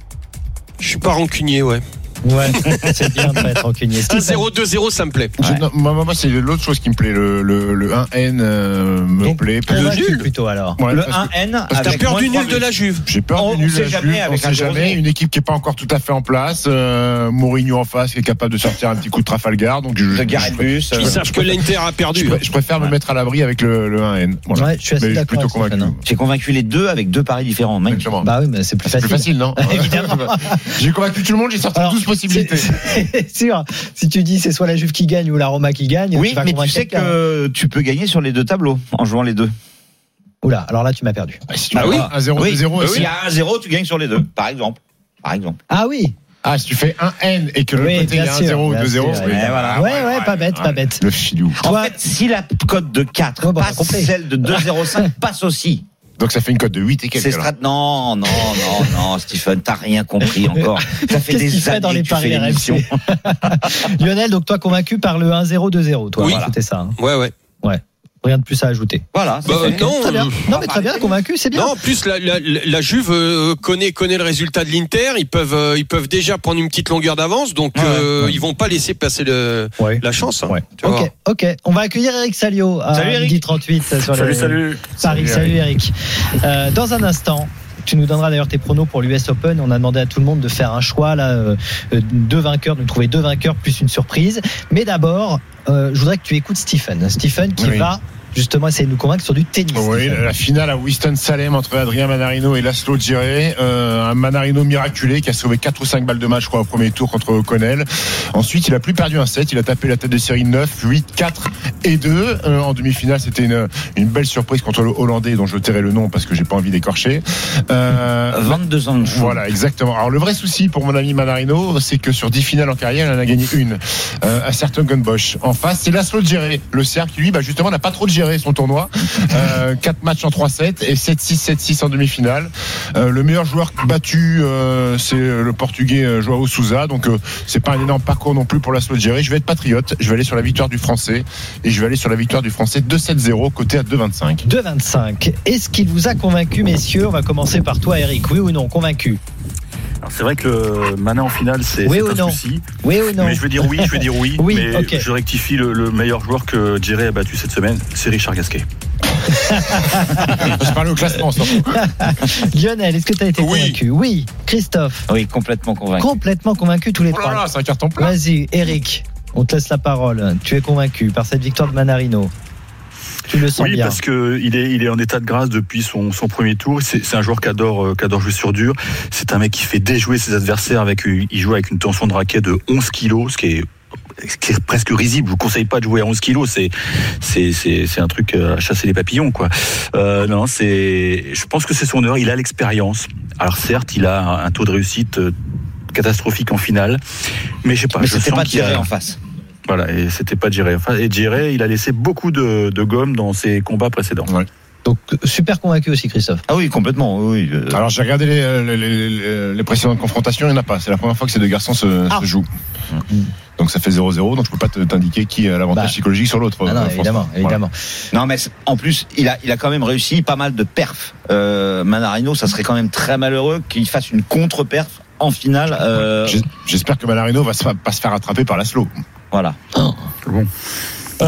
Je suis pas rancunier, ouais. Ouais, c'est bien de pas être rancunier. un zéro, deux zéro, ça me plaît. Ouais. Non, moi, moi, c'est l'autre chose qui me plaît. Le, le, le un N euh, me Donc, plaît. Le nul plutôt alors. Ouais, le un N. T'as peur du nul de la Juve. J'ai peur on, du nul on de la sait Juve. jamais On sait jamais. Une équipe qui est pas encore tout à fait en place. Euh, Mourinho en face qui est capable de sortir un petit coup de Trafalgar. Donc je, de Garibus. Ils savent que l'Inter a perdu. Je, je préfère me mettre à l'abri avec le, le un N. Voilà. Ouais, je suis assez mais d'accord. Plutôt convaincu. J'ai convaincu les deux avec deux paris différents. Magnifique. Bah oui, mais c'est plus c'est facile. plus facile, non? Évidemment. J'ai convaincu tout le monde. J'ai sorti Alors, douze possibilités. C'est sûr. Si tu dis c'est soit la Juve qui gagne ou la Roma qui gagne, Oui, tu vas mais tu sais quelqu'un. que tu peux gagner sur les deux tableaux en jouant les deux. Oula, alors là tu m'as perdu. Ah, si tu Bah veux oui. un zéro, Oui. deux zéro, Bah aussi. S'il y a un zéro, tu gagnes sur les deux, par exemple. Par exemple. Ah oui. Ah, si tu fais un N et que de Oui, l'autre côté il y bien a un sûr, zéro ou bien deux zéro. sûr, oui, ouais, voilà. Ouais, ouais, pas bête, pas bête. Le filou. En Toi- fait, si la cote de quatre Oh, bah, passe, compris. celle de deux zéro cinq passe aussi. Donc ça fait une cote de huit et quelques. C'est strat... Non, non, non, non, Stephen, t'as rien compris encore. Ça fait Qu'est-ce des qu'il fait années dans les que tu fais paris R M C? l'émission. Lionel, donc toi convaincu par le un zéro deux zéro, toi. Oui. Voilà. C'était ça. Hein. Ouais, ouais. Ouais. Rien de plus à ajouter. Voilà. c'est Bah, fait. non, Très bien. euh, Non, mais très bien, convaincu, c'est bien. Non, en plus la, la, la Juve euh, connaît connaît le résultat de l'Inter. Ils peuvent euh, ils peuvent déjà prendre une petite longueur d'avance, donc Ouais, euh, ouais. ils vont pas laisser passer le, Ouais. la chance. Hein, Ouais. tu vas voir. Ok, ok. On va accueillir Eric Salio à Salut, Eric. midi trente-huit sur Salut, les salut. Paris. Salut Eric. Euh, dans un instant. Tu nous donneras d'ailleurs tes pronos pour l'U S Open. On a demandé à tout le monde de faire un choix là, euh, deux vainqueurs, de nous trouver deux vainqueurs plus une surprise. Mais d'abord, euh, je voudrais que tu écoutes Stephen. Stephen qui Oui. va justement essayer de nous convaincre sur du tennis. Oui, Stephen. la finale à Winston-Salem entre Adrien Manarino et Laszlo Djere. Euh, un Manarino miraculé qui a sauvé quatre ou cinq balles de match, je crois, au premier tour contre O'Connell. Ensuite, il a plus perdu un set. Il a tapé la tête de série neuf, huit, quatre et deux. Euh, en demi-finale, c'était une, une belle surprise contre le Hollandais, dont je tairai le nom parce que j'ai pas envie d'écorcher. Euh, vingt-deux ans de jeu. Voilà, exactement. Alors, le vrai souci pour mon ami Manarino, c'est que sur dix finales en carrière, il en a gagné une. Euh, à Sertogenbosch. En face, c'est Laszlo Djere, le Serbe qui, lui, bah, justement, n'a pas trop géré son tournoi. Euh, quatre matchs en trois sept et sept six, sept six en demi-finale. Euh, le meilleur joueur battu, euh, c'est le Portugais euh, Joao Sousa. Donc, euh, c'est pas un énorme parcours non plus pour Laszlo Djere. Je vais être patriote. Je vais aller sur la victoire du Français. Et je vais aller sur la victoire du Français deux sept zéro, côté à deux vingt-cinq. deux vingt-cinq. Est-ce qu'il vous a convaincu, messieurs? On va commencer par toi, Eric. Oui ou non? Convaincu? Alors, c'est vrai que le Manin en finale, c'est, Oui c'est ou un non? souci. Oui ou non? Mais je vais dire oui, je vais dire oui. Oui, mais ok. je rectifie le, le meilleur joueur que Djere a battu cette semaine, c'est Richard Gasquet. Je parlais au classement, surtout. Lionel, est-ce que tu as été Oui. convaincu? Oui. Christophe? Oui, complètement convaincu. Complètement convaincu tous les Oh là trois. là, c'est un carton plein. Vas-y, Eric, on te laisse la parole. Tu es convaincu par cette victoire de Manarino? Tu le sens Oui, bien. parce que il est, il est en état de grâce depuis son, son premier tour. C'est, c'est un joueur qui adore, euh, qui adore jouer sur dur. C'est un mec qui fait déjouer ses adversaires avec, une- il joue avec une tension de raquet de onze kilos, ce qui est, ce qui est presque risible. Je vous conseille pas de jouer à onze kilos. C'est, c'est, c'est, c'est un truc à chasser les papillons, quoi. Euh, non, c'est, je pense que c'est son heure. Il a l'expérience. Alors certes, il a un, un taux de réussite euh, catastrophique en finale, mais je sais pas. Mais je c'était sens pas qu'il y a- tiré en face. Voilà, et c'était pas Djere. Enfin, et Djere, il a laissé beaucoup de, de gomme dans ses combats précédents. Ouais. Donc, super convaincu aussi, Christophe. Ah oui, complètement. Oui. euh, Alors j'ai regardé les, les, les, les précédentes confrontations, il n'y en a pas. C'est la première fois que ces deux garçons se, Ah. se jouent. Donc ça fait zéro zéro, donc je peux pas te- t'indiquer qui a l'avantage Bah. psychologique sur l'autre. Ah non, euh, évidemment, François. évidemment. Non, mais c'est- en plus, il a, il a quand même réussi pas mal de perfs. Euh, Manarino, ça serait quand même très malheureux qu'il fasse une contre-perf en finale. Euh, J'ai- J'espère que Manarino va se, fa- pas se faire attraper par Laszlo. Voilà. Bon. Euh,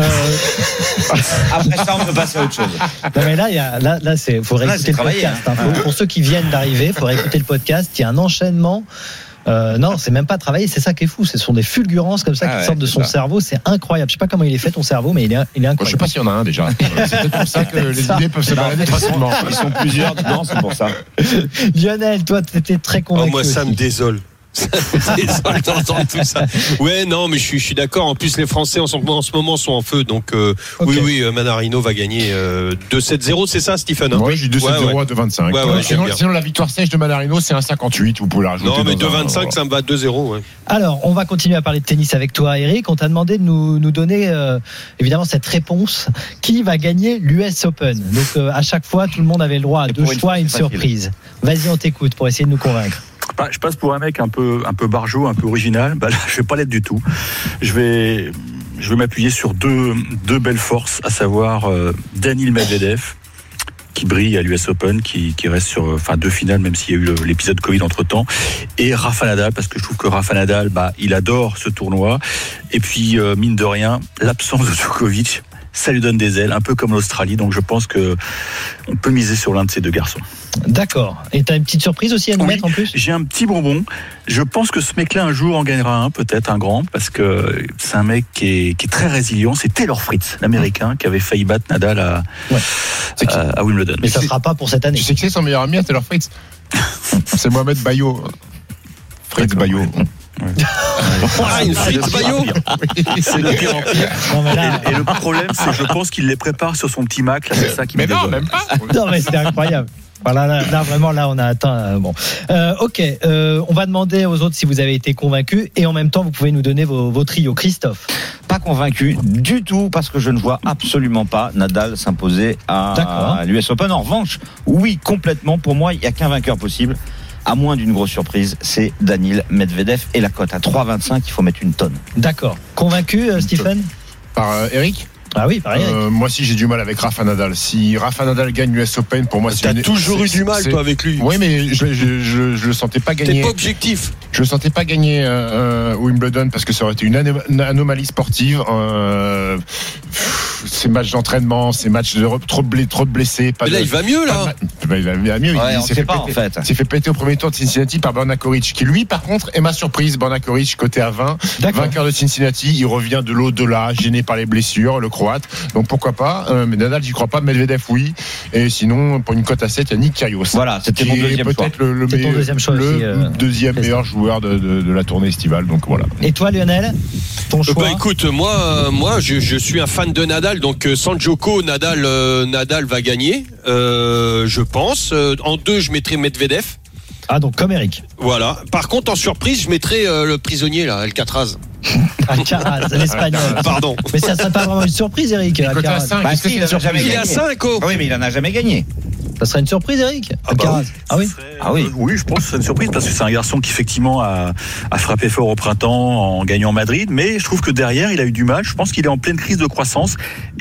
Après ça, on peut passer à autre chose. non, mais là, il y a, là, là, c'est, faut Là, réécouter c'est le travaillé, podcast. hein. hein. Faut- pour ceux qui viennent d'arriver, il faut réécouter le podcast. Il y a un enchaînement. Euh, non, c'est même pas travaillé. C'est ça qui est fou. Ce sont des fulgurances comme ça Ah qui ouais, sortent de c'est son ça. cerveau. C'est incroyable. Je sais pas comment il est fait ton cerveau, mais il est, il est Bon, je sais incroyable. pas s'il y en a un déjà. C'est peut-être pour ça que les ça. idées peuvent se balader facilement. Ils sont plusieurs dedans, c'est pour ça. Lionel, toi, t'étais très Oh, convaincu. moi, ça aussi. me désole. C'est ça, d'entendre tout ça. Ouais, non, mais je suis, je suis d'accord. En plus, les Français en ce, en ce moment sont en feu. Donc, euh, okay. oui, oui, Manarino va gagner euh, deux sept zéro, c'est ça, Stephen? Oui, j'ai deux sept zéro ouais, ouais. à deux vingt-cinq. Ouais, ouais, sinon, sinon, la victoire sèche de Manarino, c'est un cinquante-huit. Vous pouvez la rajouter. Non, mais deux vingt-cinq, un... ça me va deux zéro. Ouais. Alors, on va continuer à parler de tennis avec toi, Eric. On t'a demandé de nous, nous donner, euh, évidemment, cette réponse. Qui va gagner l'U S Open? Donc, euh, à chaque fois, tout le monde avait le droit à deux choix et une surprise. Vas-y, on t'écoute pour essayer de nous convaincre. Bah, je passe pour un mec un peu, un peu barjot, un peu original. Bah, là, je vais pas l'être du tout. Je vais, je vais m'appuyer sur deux, deux belles forces, à savoir euh, Daniil Medvedev, qui brille à l'U S Open, qui, qui reste sur, enfin, deux finales, même s'il y a eu le, l'épisode Covid entre temps, et Rafa Nadal, parce que je trouve que Rafa Nadal, bah, il adore ce tournoi. Et puis, euh, mine de rien, l'absence de Djokovic, ça lui donne des ailes, un peu comme l'Australie. Donc je pense que on peut miser sur l'un de ces deux garçons. D'accord. Et t'as une petite surprise aussi à nous oui, mettre en plus? J'ai un petit bonbon. Je pense que ce mec-là un jour en gagnera un, peut-être un grand, parce que c'est un mec qui est, qui est très résilient. C'est Taylor Fritz, l'Américain, qui avait failli battre Nadal à, ouais. à, à Wimbledon. Mais ça ne sera pas pour cette année. Tu sais que c'est son meilleur ami, Taylor Fritz? C'est Mohamed Bayo. Fritz Bayo. Ouais. Ah, une Fritz Bayo. C'est le pire en pire. Non, là... et, et le problème, c'est que je pense qu'il les prépare sur son petit Mac. Là, c'est ça qui mais me non, même pas. Non, mais c'était incroyable. Voilà, là, là, vraiment, là, on a atteint. Euh, bon, euh, ok. Euh, on va demander aux autres si vous avez été convaincus, et en même temps, vous pouvez nous donner vos, vos trios. Christophe. Pas convaincu du tout, parce que je ne vois absolument pas Nadal s'imposer à, à l'U S Open. En revanche, oui, complètement. Pour moi, il n'y a qu'un vainqueur possible. À moins d'une grosse surprise, c'est Daniil Medvedev, et la cote à trois vingt-cinq, il faut mettre une tonne. D'accord. Convaincu, euh, Stephen? Par euh, Eric? Ah oui, pareil. Euh, moi aussi, j'ai du mal avec Rafa Nadal. Si Rafa Nadal gagne l'U S Open, pour moi, c'est. T'as une... toujours c'est, eu du mal, c'est... toi, avec lui. Oui, mais je, je, je, je le sentais pas gagner. T'es pas objectif. Je le sentais pas gagner euh, Wimbledon parce que ça aurait été une, anom- une anomalie sportive. Euh, ces matchs d'entraînement, ces matchs de trop de, blé, trop de blessés. Pas mais là, de, il va mieux, là. De, bah, il va mieux. Ouais, il, on s'est sait fait pas, péter, en fait. Il s'est fait péter au premier tour de Cincinnati par Borna Koric, qui lui, par contre, est ma surprise. Borna Koric, côté à vingt. D'accord. Vainqueur de Cincinnati, il revient de l'au-delà, gêné par les blessures, le Croate. Donc pourquoi pas. Euh, mais Nadal, j'y crois pas. Medvedev, oui. Et sinon, pour une cote à sept, il y a Nick Kyrgios. Voilà, c'était mon deuxième choix. Peut-être le, le, meilleur, deuxième, choix le aussi, euh, deuxième meilleur joueur de, de, de la tournée estivale. Donc voilà. Et toi, Lionel, ton choix? Bah écoute, moi, euh, moi, je, je suis un fan de Nadal. Donc euh, sans Djoko, Nadal, euh, Nadal va gagner, euh, je pense. Euh, en deux, je mettrai Medvedev. Ah, donc comme Eric. Voilà. Par contre, en surprise, je mettrai euh, le prisonnier là, Alcatraz. Alcaraz, l'espagnol. Pardon. Mais ça serait pas vraiment une surprise, Eric. Alcaraz. Bah, si, il, il, jamais il est à cinq, oh. Oui, mais il en a jamais gagné. Ça serait une surprise, Eric? Ah, bah oui. Ah oui. Ah oui. Oui, je pense que c'est une surprise parce que c'est un garçon qui effectivement a, a frappé fort au printemps en gagnant Madrid, mais je trouve que derrière il a eu du mal. Je pense qu'il est en pleine crise de croissance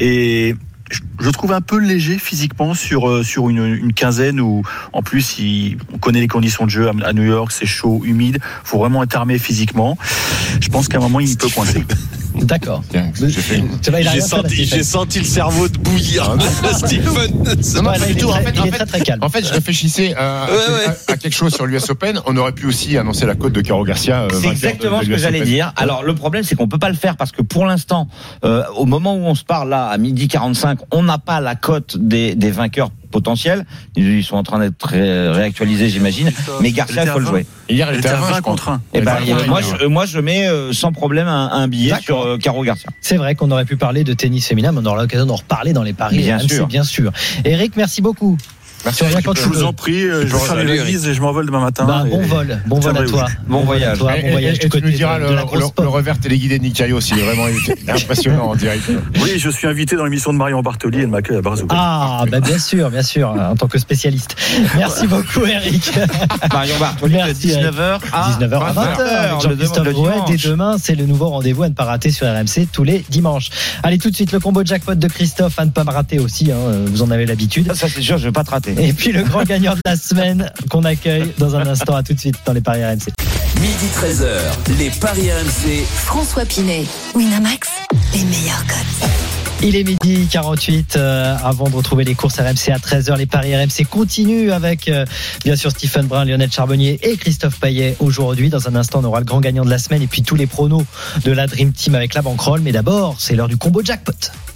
et je trouve un peu léger physiquement sur sur une, une quinzaine où en plus il, on connaît les conditions de jeu à New York, c'est chaud, humide, faut vraiment être armé physiquement. Je pense qu'à un moment il peut coincer. D'accord. Bien, j'ai, fait... j'ai, senti, j'ai senti le cerveau de bouillir. Ah, Stephen. Non, non, du tout. En fait, en fait, très, très calme. En fait, je réfléchissais à, ouais, ouais. à, à quelque chose sur l'U S Open. On aurait pu aussi annoncer la cote de Caro Garcia. Euh, c'est exactement de, de ce que j'allais Open. dire. Alors, le problème, c'est qu'on peut pas le faire parce que pour l'instant, euh, au moment où on se parle là, à midi quarante-cinq, on n'a pas la cote des, des vainqueurs potentiels. Ils sont en train d'être ré- réactualisés, j'imagine. Mais Garcia, il faut le jouer. Hier, il était à vingt contre un. Et ben, moi, je, moi, je mets euh, sans problème un, un billet D'accord. sur euh, Caro Garcia. C'est vrai qu'on aurait pu parler de tennis féminin, mais on aura l'occasion d'en reparler dans les paris. Bien M C, sûr. bien sûr. Eric, merci beaucoup. Merci. Je vous en prie, je vais faire les valises et je m'envole demain matin. Bah, bon vol, bon vol à toi. Bon voyage. Toi, bon voyage. Et, et, et tu nous diras le, le, le revers téléguidé de Nick Kyrgios, il est vraiment impressionnant en direct. Oui, je suis invité dans l'émission de Marion Bartoli et de m'accueille à Brazzaville. Ah, bah bien sûr, bien sûr, en tant que spécialiste. Merci beaucoup, Eric. Marion Bartoli, de dix-neuf heures à dix-neuf heures à vingt heures. Jean-Christophe Drouet, dès demain, c'est le nouveau rendez-vous à ne pas rater sur R M C tous les dimanches. Allez, tout de suite, le combo jackpot de Christophe à ne pas me rater aussi, hein, vous en avez l'habitude. Ça, c'est sûr, je ne vais pas te rater. Et puis le grand gagnant de la semaine qu'on accueille dans un instant. À tout de suite dans les paris R M C. Midi treize heures, les paris R M C. François Pinet, Winamax, les meilleurs codes. Il est midi quarante-huit, euh, avant de retrouver les courses R M C à treize heures. Les paris R M C continuent avec euh, bien sûr Stephen Brun, Lionel Charbonnier et Christophe Payet aujourd'hui. Dans un instant, on aura le grand gagnant de la semaine et puis tous les pronos de la Dream Team avec la banquerolle. Mais d'abord, c'est l'heure du combo jackpot.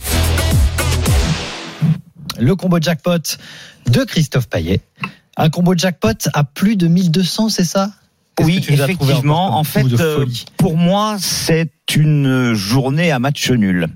Le combo jackpot de Christophe Payet. Un combo jackpot à plus de mille deux cents, c'est ça, Oui, effectivement. En fait, euh, pour moi, c'est une journée à match nul.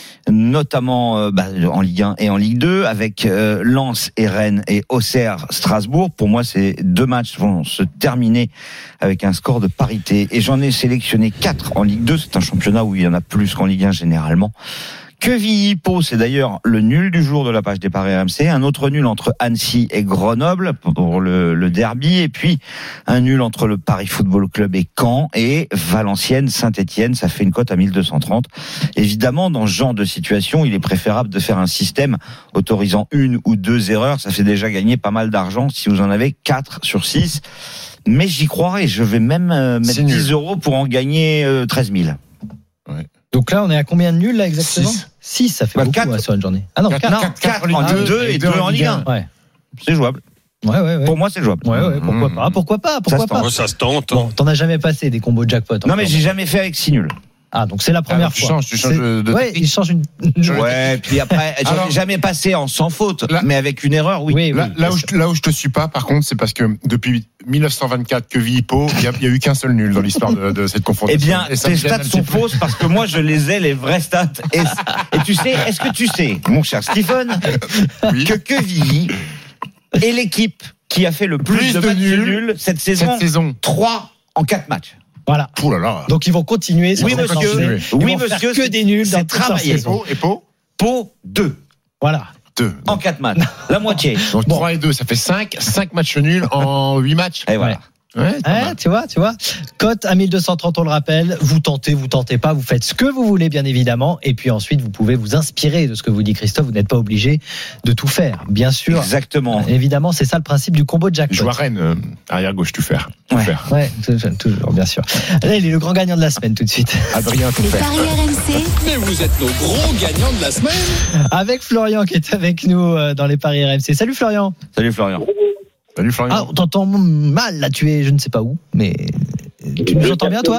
Notamment euh, bah, en Ligue un et en Ligue deux, avec euh, Lens et Rennes et Auxerre, Strasbourg. Pour moi, ces deux matchs vont se terminer avec un score de parité. Et j'en ai sélectionné quatre en Ligue deux. C'est un championnat où il y en a plus qu'en Ligue un généralement. Quevilly-Pau, c'est d'ailleurs le nul du jour de la page des paris R M C. Un autre nul entre Annecy et Grenoble pour le, le derby. Et puis un nul entre le Paris Football Club et Caen. Et Valenciennes-Saint-Etienne, ça fait une cote à mille deux cent trente. Évidemment, dans ce genre de situation, il est préférable de faire un système autorisant une ou deux erreurs. Ça fait déjà gagner pas mal d'argent si vous en avez quatre sur six. Mais j'y croirais. Je vais même mettre dix euros pour en gagner treize mille. Ouais. Donc là, on est à combien de nuls là exactement? six, ça fait bah, beaucoup quatre, hein, sur une journée. Ah non, quatre en Ligue deux et deux en Ligue un. Ouais. C'est jouable. Ouais, ouais, ouais. Pour moi, c'est jouable. Ouais, ouais, pourquoi mmh. pas, pourquoi pas, pourquoi ça pas. Se ça se tente. Bon, t'en as jamais passé des combos de jackpot. Non, mais j'ai jamais fait avec six nuls. Ah, donc c'est la première ah, tu fois. Changes, tu changes de, de ouais, il change une. Ouais, puis après, j'en ai jamais passé en sans faute, là, mais avec une erreur, oui. oui, oui là, là, où je, là où je te suis pas, par contre, c'est parce que depuis mille neuf cent vingt-quatre, Quevilly-Pau, il y, y a eu qu'un seul nul dans l'histoire de, de cette confrontation. Eh bien, tes stats sont fausses parce que moi, je les ai, les vraies stats. Et, et tu sais, est-ce que tu sais, mon cher Stephen, oui. que Quevilly est l'équipe qui a fait le plus, plus de, de matchs nuls nul cette saison, cette saison, trois en quatre matchs. Voilà. Oh là là. Donc ils vont continuer. Oui monsieur. Ils oui vont monsieur. Faire que des nuls dans travailler. Pau et Pau. Pau deux. Voilà. Deux. En quatre matchs. La moitié. Donc bon. trois et deux, ça fait cinq. cinq matchs nuls en huit matchs. Et voilà. Ouais. Ouais, ouais, tu vois, tu vois. Cote à mille deux cent trente, on le rappelle. Vous tentez, vous tentez pas, vous faites ce que vous voulez, bien évidemment. Et puis ensuite, vous pouvez vous inspirer de ce que vous dit Christophe. Vous n'êtes pas obligé de tout faire, bien sûr. Exactement. Euh, évidemment, c'est ça le principe du combo de jackpot. Je vois Rennes, euh, arrière gauche, tout faire. Tout ouais, faire. Ouais, toujours, bien sûr. Là, il est le grand gagnant de la semaine tout de suite. Adrien, tout faire. Paris R M C. Mais vous êtes nos gros gagnants de la semaine. Avec Florian qui est avec nous dans les paris R M C. Salut Florian. Salut Florian. Salut Florian. Ah, on t'entend mal là, tu es, je ne sais pas où, mais tu nous entends bien toi?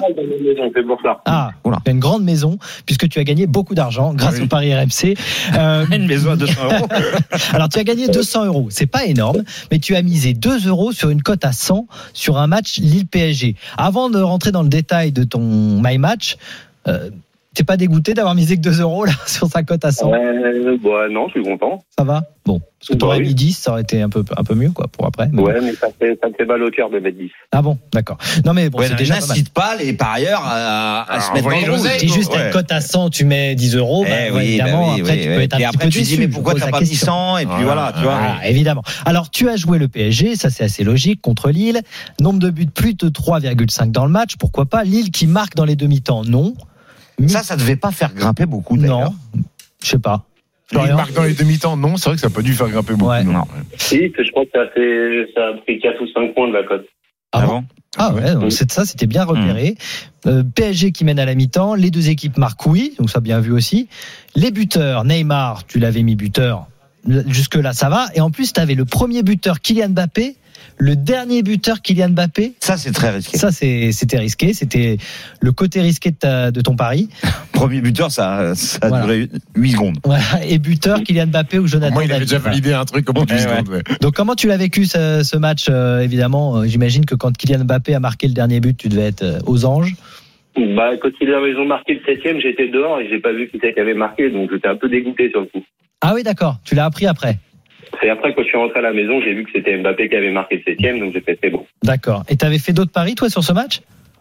Ah, voilà. Tu as une grande maison puisque tu as gagné beaucoup d'argent grâce oui. au Paris R M C. Euh, une maison à deux cents euros. Alors tu as gagné deux cents euros, c'est pas énorme, mais tu as misé deux euros sur une cote à cent sur un match Lille-P S G. Avant de rentrer dans le détail de ton My Match, euh, t'es pas dégoûté d'avoir misé que deux euros là sur sa cote à cent? euh, bah, Non, je suis content. Ça va? Bon, parce que t'aurais bah, oui. mis dix, ça aurait été un peu, un peu mieux quoi pour après. Mais ouais, bon. mais ça, fait, ça me fait mal au cœur de mettre dix. Ah bon, d'accord. Non mais bon, ouais, c'est déjà n'incite pas les parieurs à, à se mettre dans le rouge. Si juste ouais. une cote à cent, tu mets dix euros, bah, eh bah, oui, évidemment, bah oui, après oui, tu oui. peux être un et petit après, peu tu déçu. dis mais pourquoi t'as pas mis cent et puis ah, voilà, tu vois. Ah, évidemment. Alors tu as joué le P S G, ça c'est assez logique contre Lille. Nombre de buts plus de trois virgule cinq dans le match, pourquoi pas. Lille qui marque dans les demi-temps, non. Ça, ça devait pas faire grimper beaucoup d'ailleurs. Non, je sais pas. Il marque dans les demi-temps, non, c'est vrai que ça n'a pas dû faire grimper beaucoup. Ouais. Non. Si, je crois que ça a, fait, ça a pris quatre ou cinq points de la cote. Ah bon? Ah ouais, donc c'est ça, c'était bien repéré. Mmh. Euh, P S G qui mène à la mi-temps, les deux équipes marquent oui, donc ça bien vu aussi. Les buteurs, Neymar, tu l'avais mis buteur, jusque là ça va. Et en plus, tu avais le premier buteur Kylian Mbappé, le dernier buteur Kylian Mbappé. Ça c'est très risqué. Ça c'est, c'était risqué, c'était le côté risqué de, ta, de ton pari. Premier buteur, ça, ça a voilà. duré huit secondes. Voilà. Et buteur Kylian Mbappé ou Jonathan. Moi il avait déjà validé un truc au bout de huit secondes. Ouais. Donc comment tu l'as vécu ce, ce match euh, évidemment, euh, j'imagine que quand Kylian Mbappé a marqué le dernier but, tu devais être euh, aux anges. Bah, quand ils ont marqué le septième, j'étais dehors et j'ai pas vu qui c'était qui avait marqué, donc j'étais un peu dégoûté sur le coup. Ah oui, d'accord. Tu l'as appris après. Et après, quand je suis rentré à la maison, j'ai vu que c'était Mbappé qui avait marqué le septième, donc j'ai fait c'est bon. D'accord. Et t'avais fait d'autres paris, toi, sur ce match?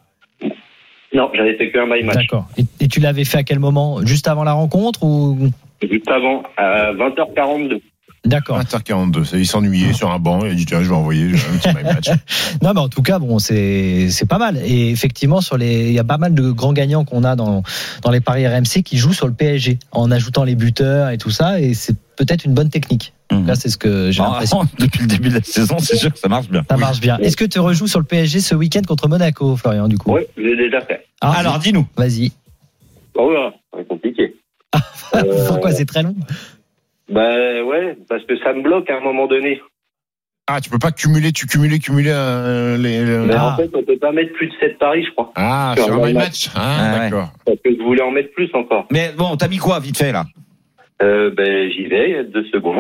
Non, j'avais fait qu'un my match. D'accord. Et, et tu l'avais fait à quel moment? Juste avant la rencontre ou? Juste avant, à vingt heures quarante-deux. D'accord. vingt heures quarante-deux, il s'ennuyait sur un banc, il a dit tiens, je vais envoyer un petit my match. Non, mais en tout cas, bon, c'est c'est pas mal. Et effectivement, sur les, il y a pas mal de grands gagnants qu'on a dans dans les paris R M C qui jouent sur le P S G en ajoutant les buteurs et tout ça, et c'est peut-être une bonne technique. Mmh. Là, c'est ce que j'ai ah, l'impression. Depuis le début de la saison, c'est sûr que ça marche bien. Ça marche bien. Est-ce que tu rejoues sur le P S G ce week-end contre Monaco, Florian, du coup? Oui, je l'ai déjà fait. Ah, alors, dis-nous. Vas-y. Oh là, c'est compliqué. Pourquoi euh... c'est très long? Bah ouais, parce que ça me bloque à un moment donné. Ah, tu peux pas cumuler, tu cumuler, cumuler euh, les. les... Mais ah. en fait, on peut pas mettre plus de sept paris, je crois. Ah, sur, sur un my match. match. Ah, ah, d'accord. Ouais. Parce que je voulais en mettre plus encore. Mais bon, t'as mis quoi vite fait là? Euh, ben j'y vais, deux secondes.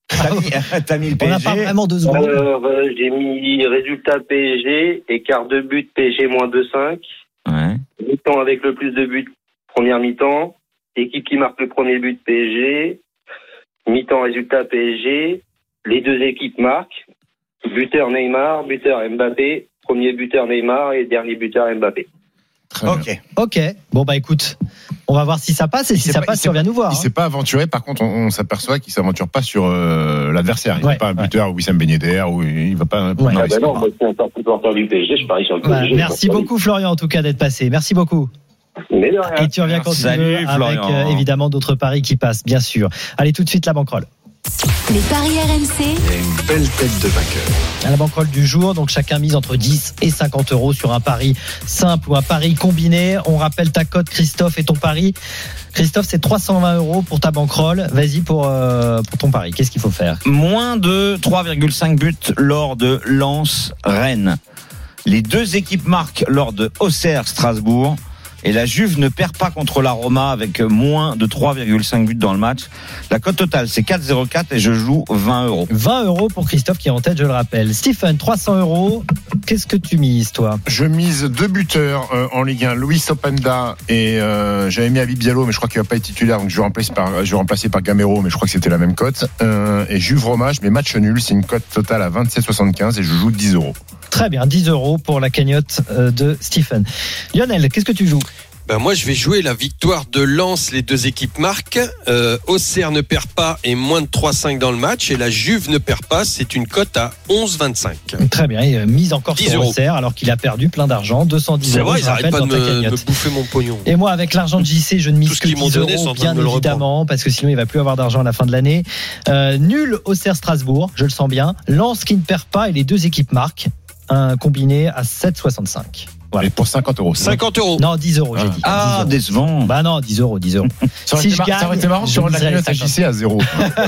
T'as mis, t'as mis le P S G. On n'a pas vraiment deux secondes. Alors, euh, j'ai mis résultat P S G, écart de but P S G moins deux virgule cinq. Ouais. Mi-temps avec le plus de buts, première mi-temps. Équipe qui marque le premier but P S G. Mi-temps résultat P S G. Les deux équipes marquent. Buteur Neymar, buteur Mbappé. Premier buteur Neymar et dernier buteur Mbappé. Très ok. Bien. Ok. Bon, bah écoute, on va voir si ça passe et si ça pas, passe, tu reviens nous voir. Il hein. s'est pas aventuré. Par contre, on, on s'aperçoit qu'il s'aventure pas sur euh, l'adversaire. Il ouais, n'est pas un buteur ouais. ou Wissam Ben Yedder ou il va pas. Ouais. Non, ah ben non, moi, c'est un supporter du P S G. Je parie sur le P S G. Ouais, merci beaucoup, Florian, en tout cas, d'être passé. Merci beaucoup. Mais de rien. Et tu reviens quand tu veux avec euh, évidemment d'autres paris qui passent, bien sûr. Allez, tout de suite, la banquerolle. Les paris R M C. Il y a une belle tête de vainqueur. À la banquerolle du jour, donc chacun mise entre dix et cinquante euros sur un pari simple ou un pari combiné. On rappelle ta cote, Christophe, et ton pari. Christophe, c'est trois cent vingt euros pour ta banquerolle. Vas-y pour, euh, pour ton pari. Qu'est-ce qu'il faut faire ? Moins de trois virgule cinq buts lors de Lens-Rennes. Les deux équipes marquent lors de Auxerre-Strasbourg. Et la Juve ne perd pas contre la Roma avec moins de trois virgule cinq buts dans le match. La cote totale, c'est quatre virgule zéro quatre et je joue vingt euros. vingt euros pour Christophe qui est en tête, je le rappelle. Stephen, trois cents euros. Qu'est-ce que tu mises, toi ? Je mise deux buteurs euh, en Ligue un, Luis Openda et euh, j'avais mis Habib Diallo, mais je crois qu'il va pas être titulaire, donc je vais remplacer par, je vais remplacer par Gamero, mais je crois que c'était la même cote. Euh, et Juve Roma, je mets match nul, c'est une cote totale à vingt-sept virgule soixante-quinze et je joue dix euros. Très bien, dix euros pour la cagnotte de Stephen. Lionel, qu'est-ce que tu joues ? Ben moi, je vais jouer la victoire de Lens. Les deux équipes marquent. Euh, Auxerre ne perd pas et moins de trois virgule cinq dans le match. Et la Juve ne perd pas. C'est une cote à onze virgule vingt-cinq. Très bien. Et mise encore sur Auxerre alors qu'il a perdu plein d'argent. deux cent dix c'est euros. C'est vrai, ils n'arrêtent pas de me, me bouffer mon pognon. Et moi, avec l'argent de J C, je ne mise que dix donné, euros, bien évidemment, parce que sinon, il va plus avoir d'argent à la fin de l'année. Euh, nul Auxerre-Strasbourg, je le sens bien. Lens qui ne perd pas et les deux équipes marquent. Un combiné à sept virgule soixante-cinq. Voilà. Et pour cinquante euros. cinquante euros. Non, dix euros, j'ai dit. Ah, décevant. Bah non, dix euros, dix euros. Ça aurait, si été, mar- ça aurait été marrant sur la cagnotte à J C à zéro.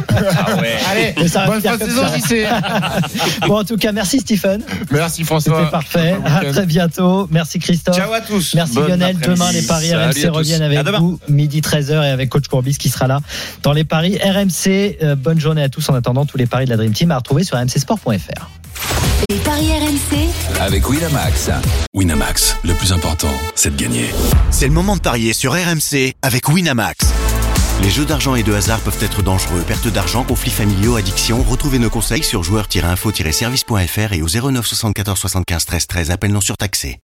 Ah ouais. Allez, bonne fin de saison, J C. Bon, en tout cas, merci Stephen. Merci François. C'était parfait. À très bientôt. Merci Christophe. Ciao à tous. Merci Bonne Lionel. Demain, les paris R M C reviennent avec vous. Midi treize heures et avec Coach Courbis qui sera là dans les paris R M C. Euh, bonne journée à tous. En attendant, tous les paris de la Dream Team à retrouver sur r m c sport point f r. Les paris R M C avec Winamax. Winamax, le plus important, c'est de gagner. C'est le moment de parier sur R M C avec Winamax. Les jeux d'argent et de hasard peuvent être dangereux. Perte d'argent, conflits familiaux, addiction. Retrouvez nos conseils sur joueurs tiret info tiret service point f r et au zéro neuf soixante-quatorze soixante-quinze treize treize. Appel non surtaxé.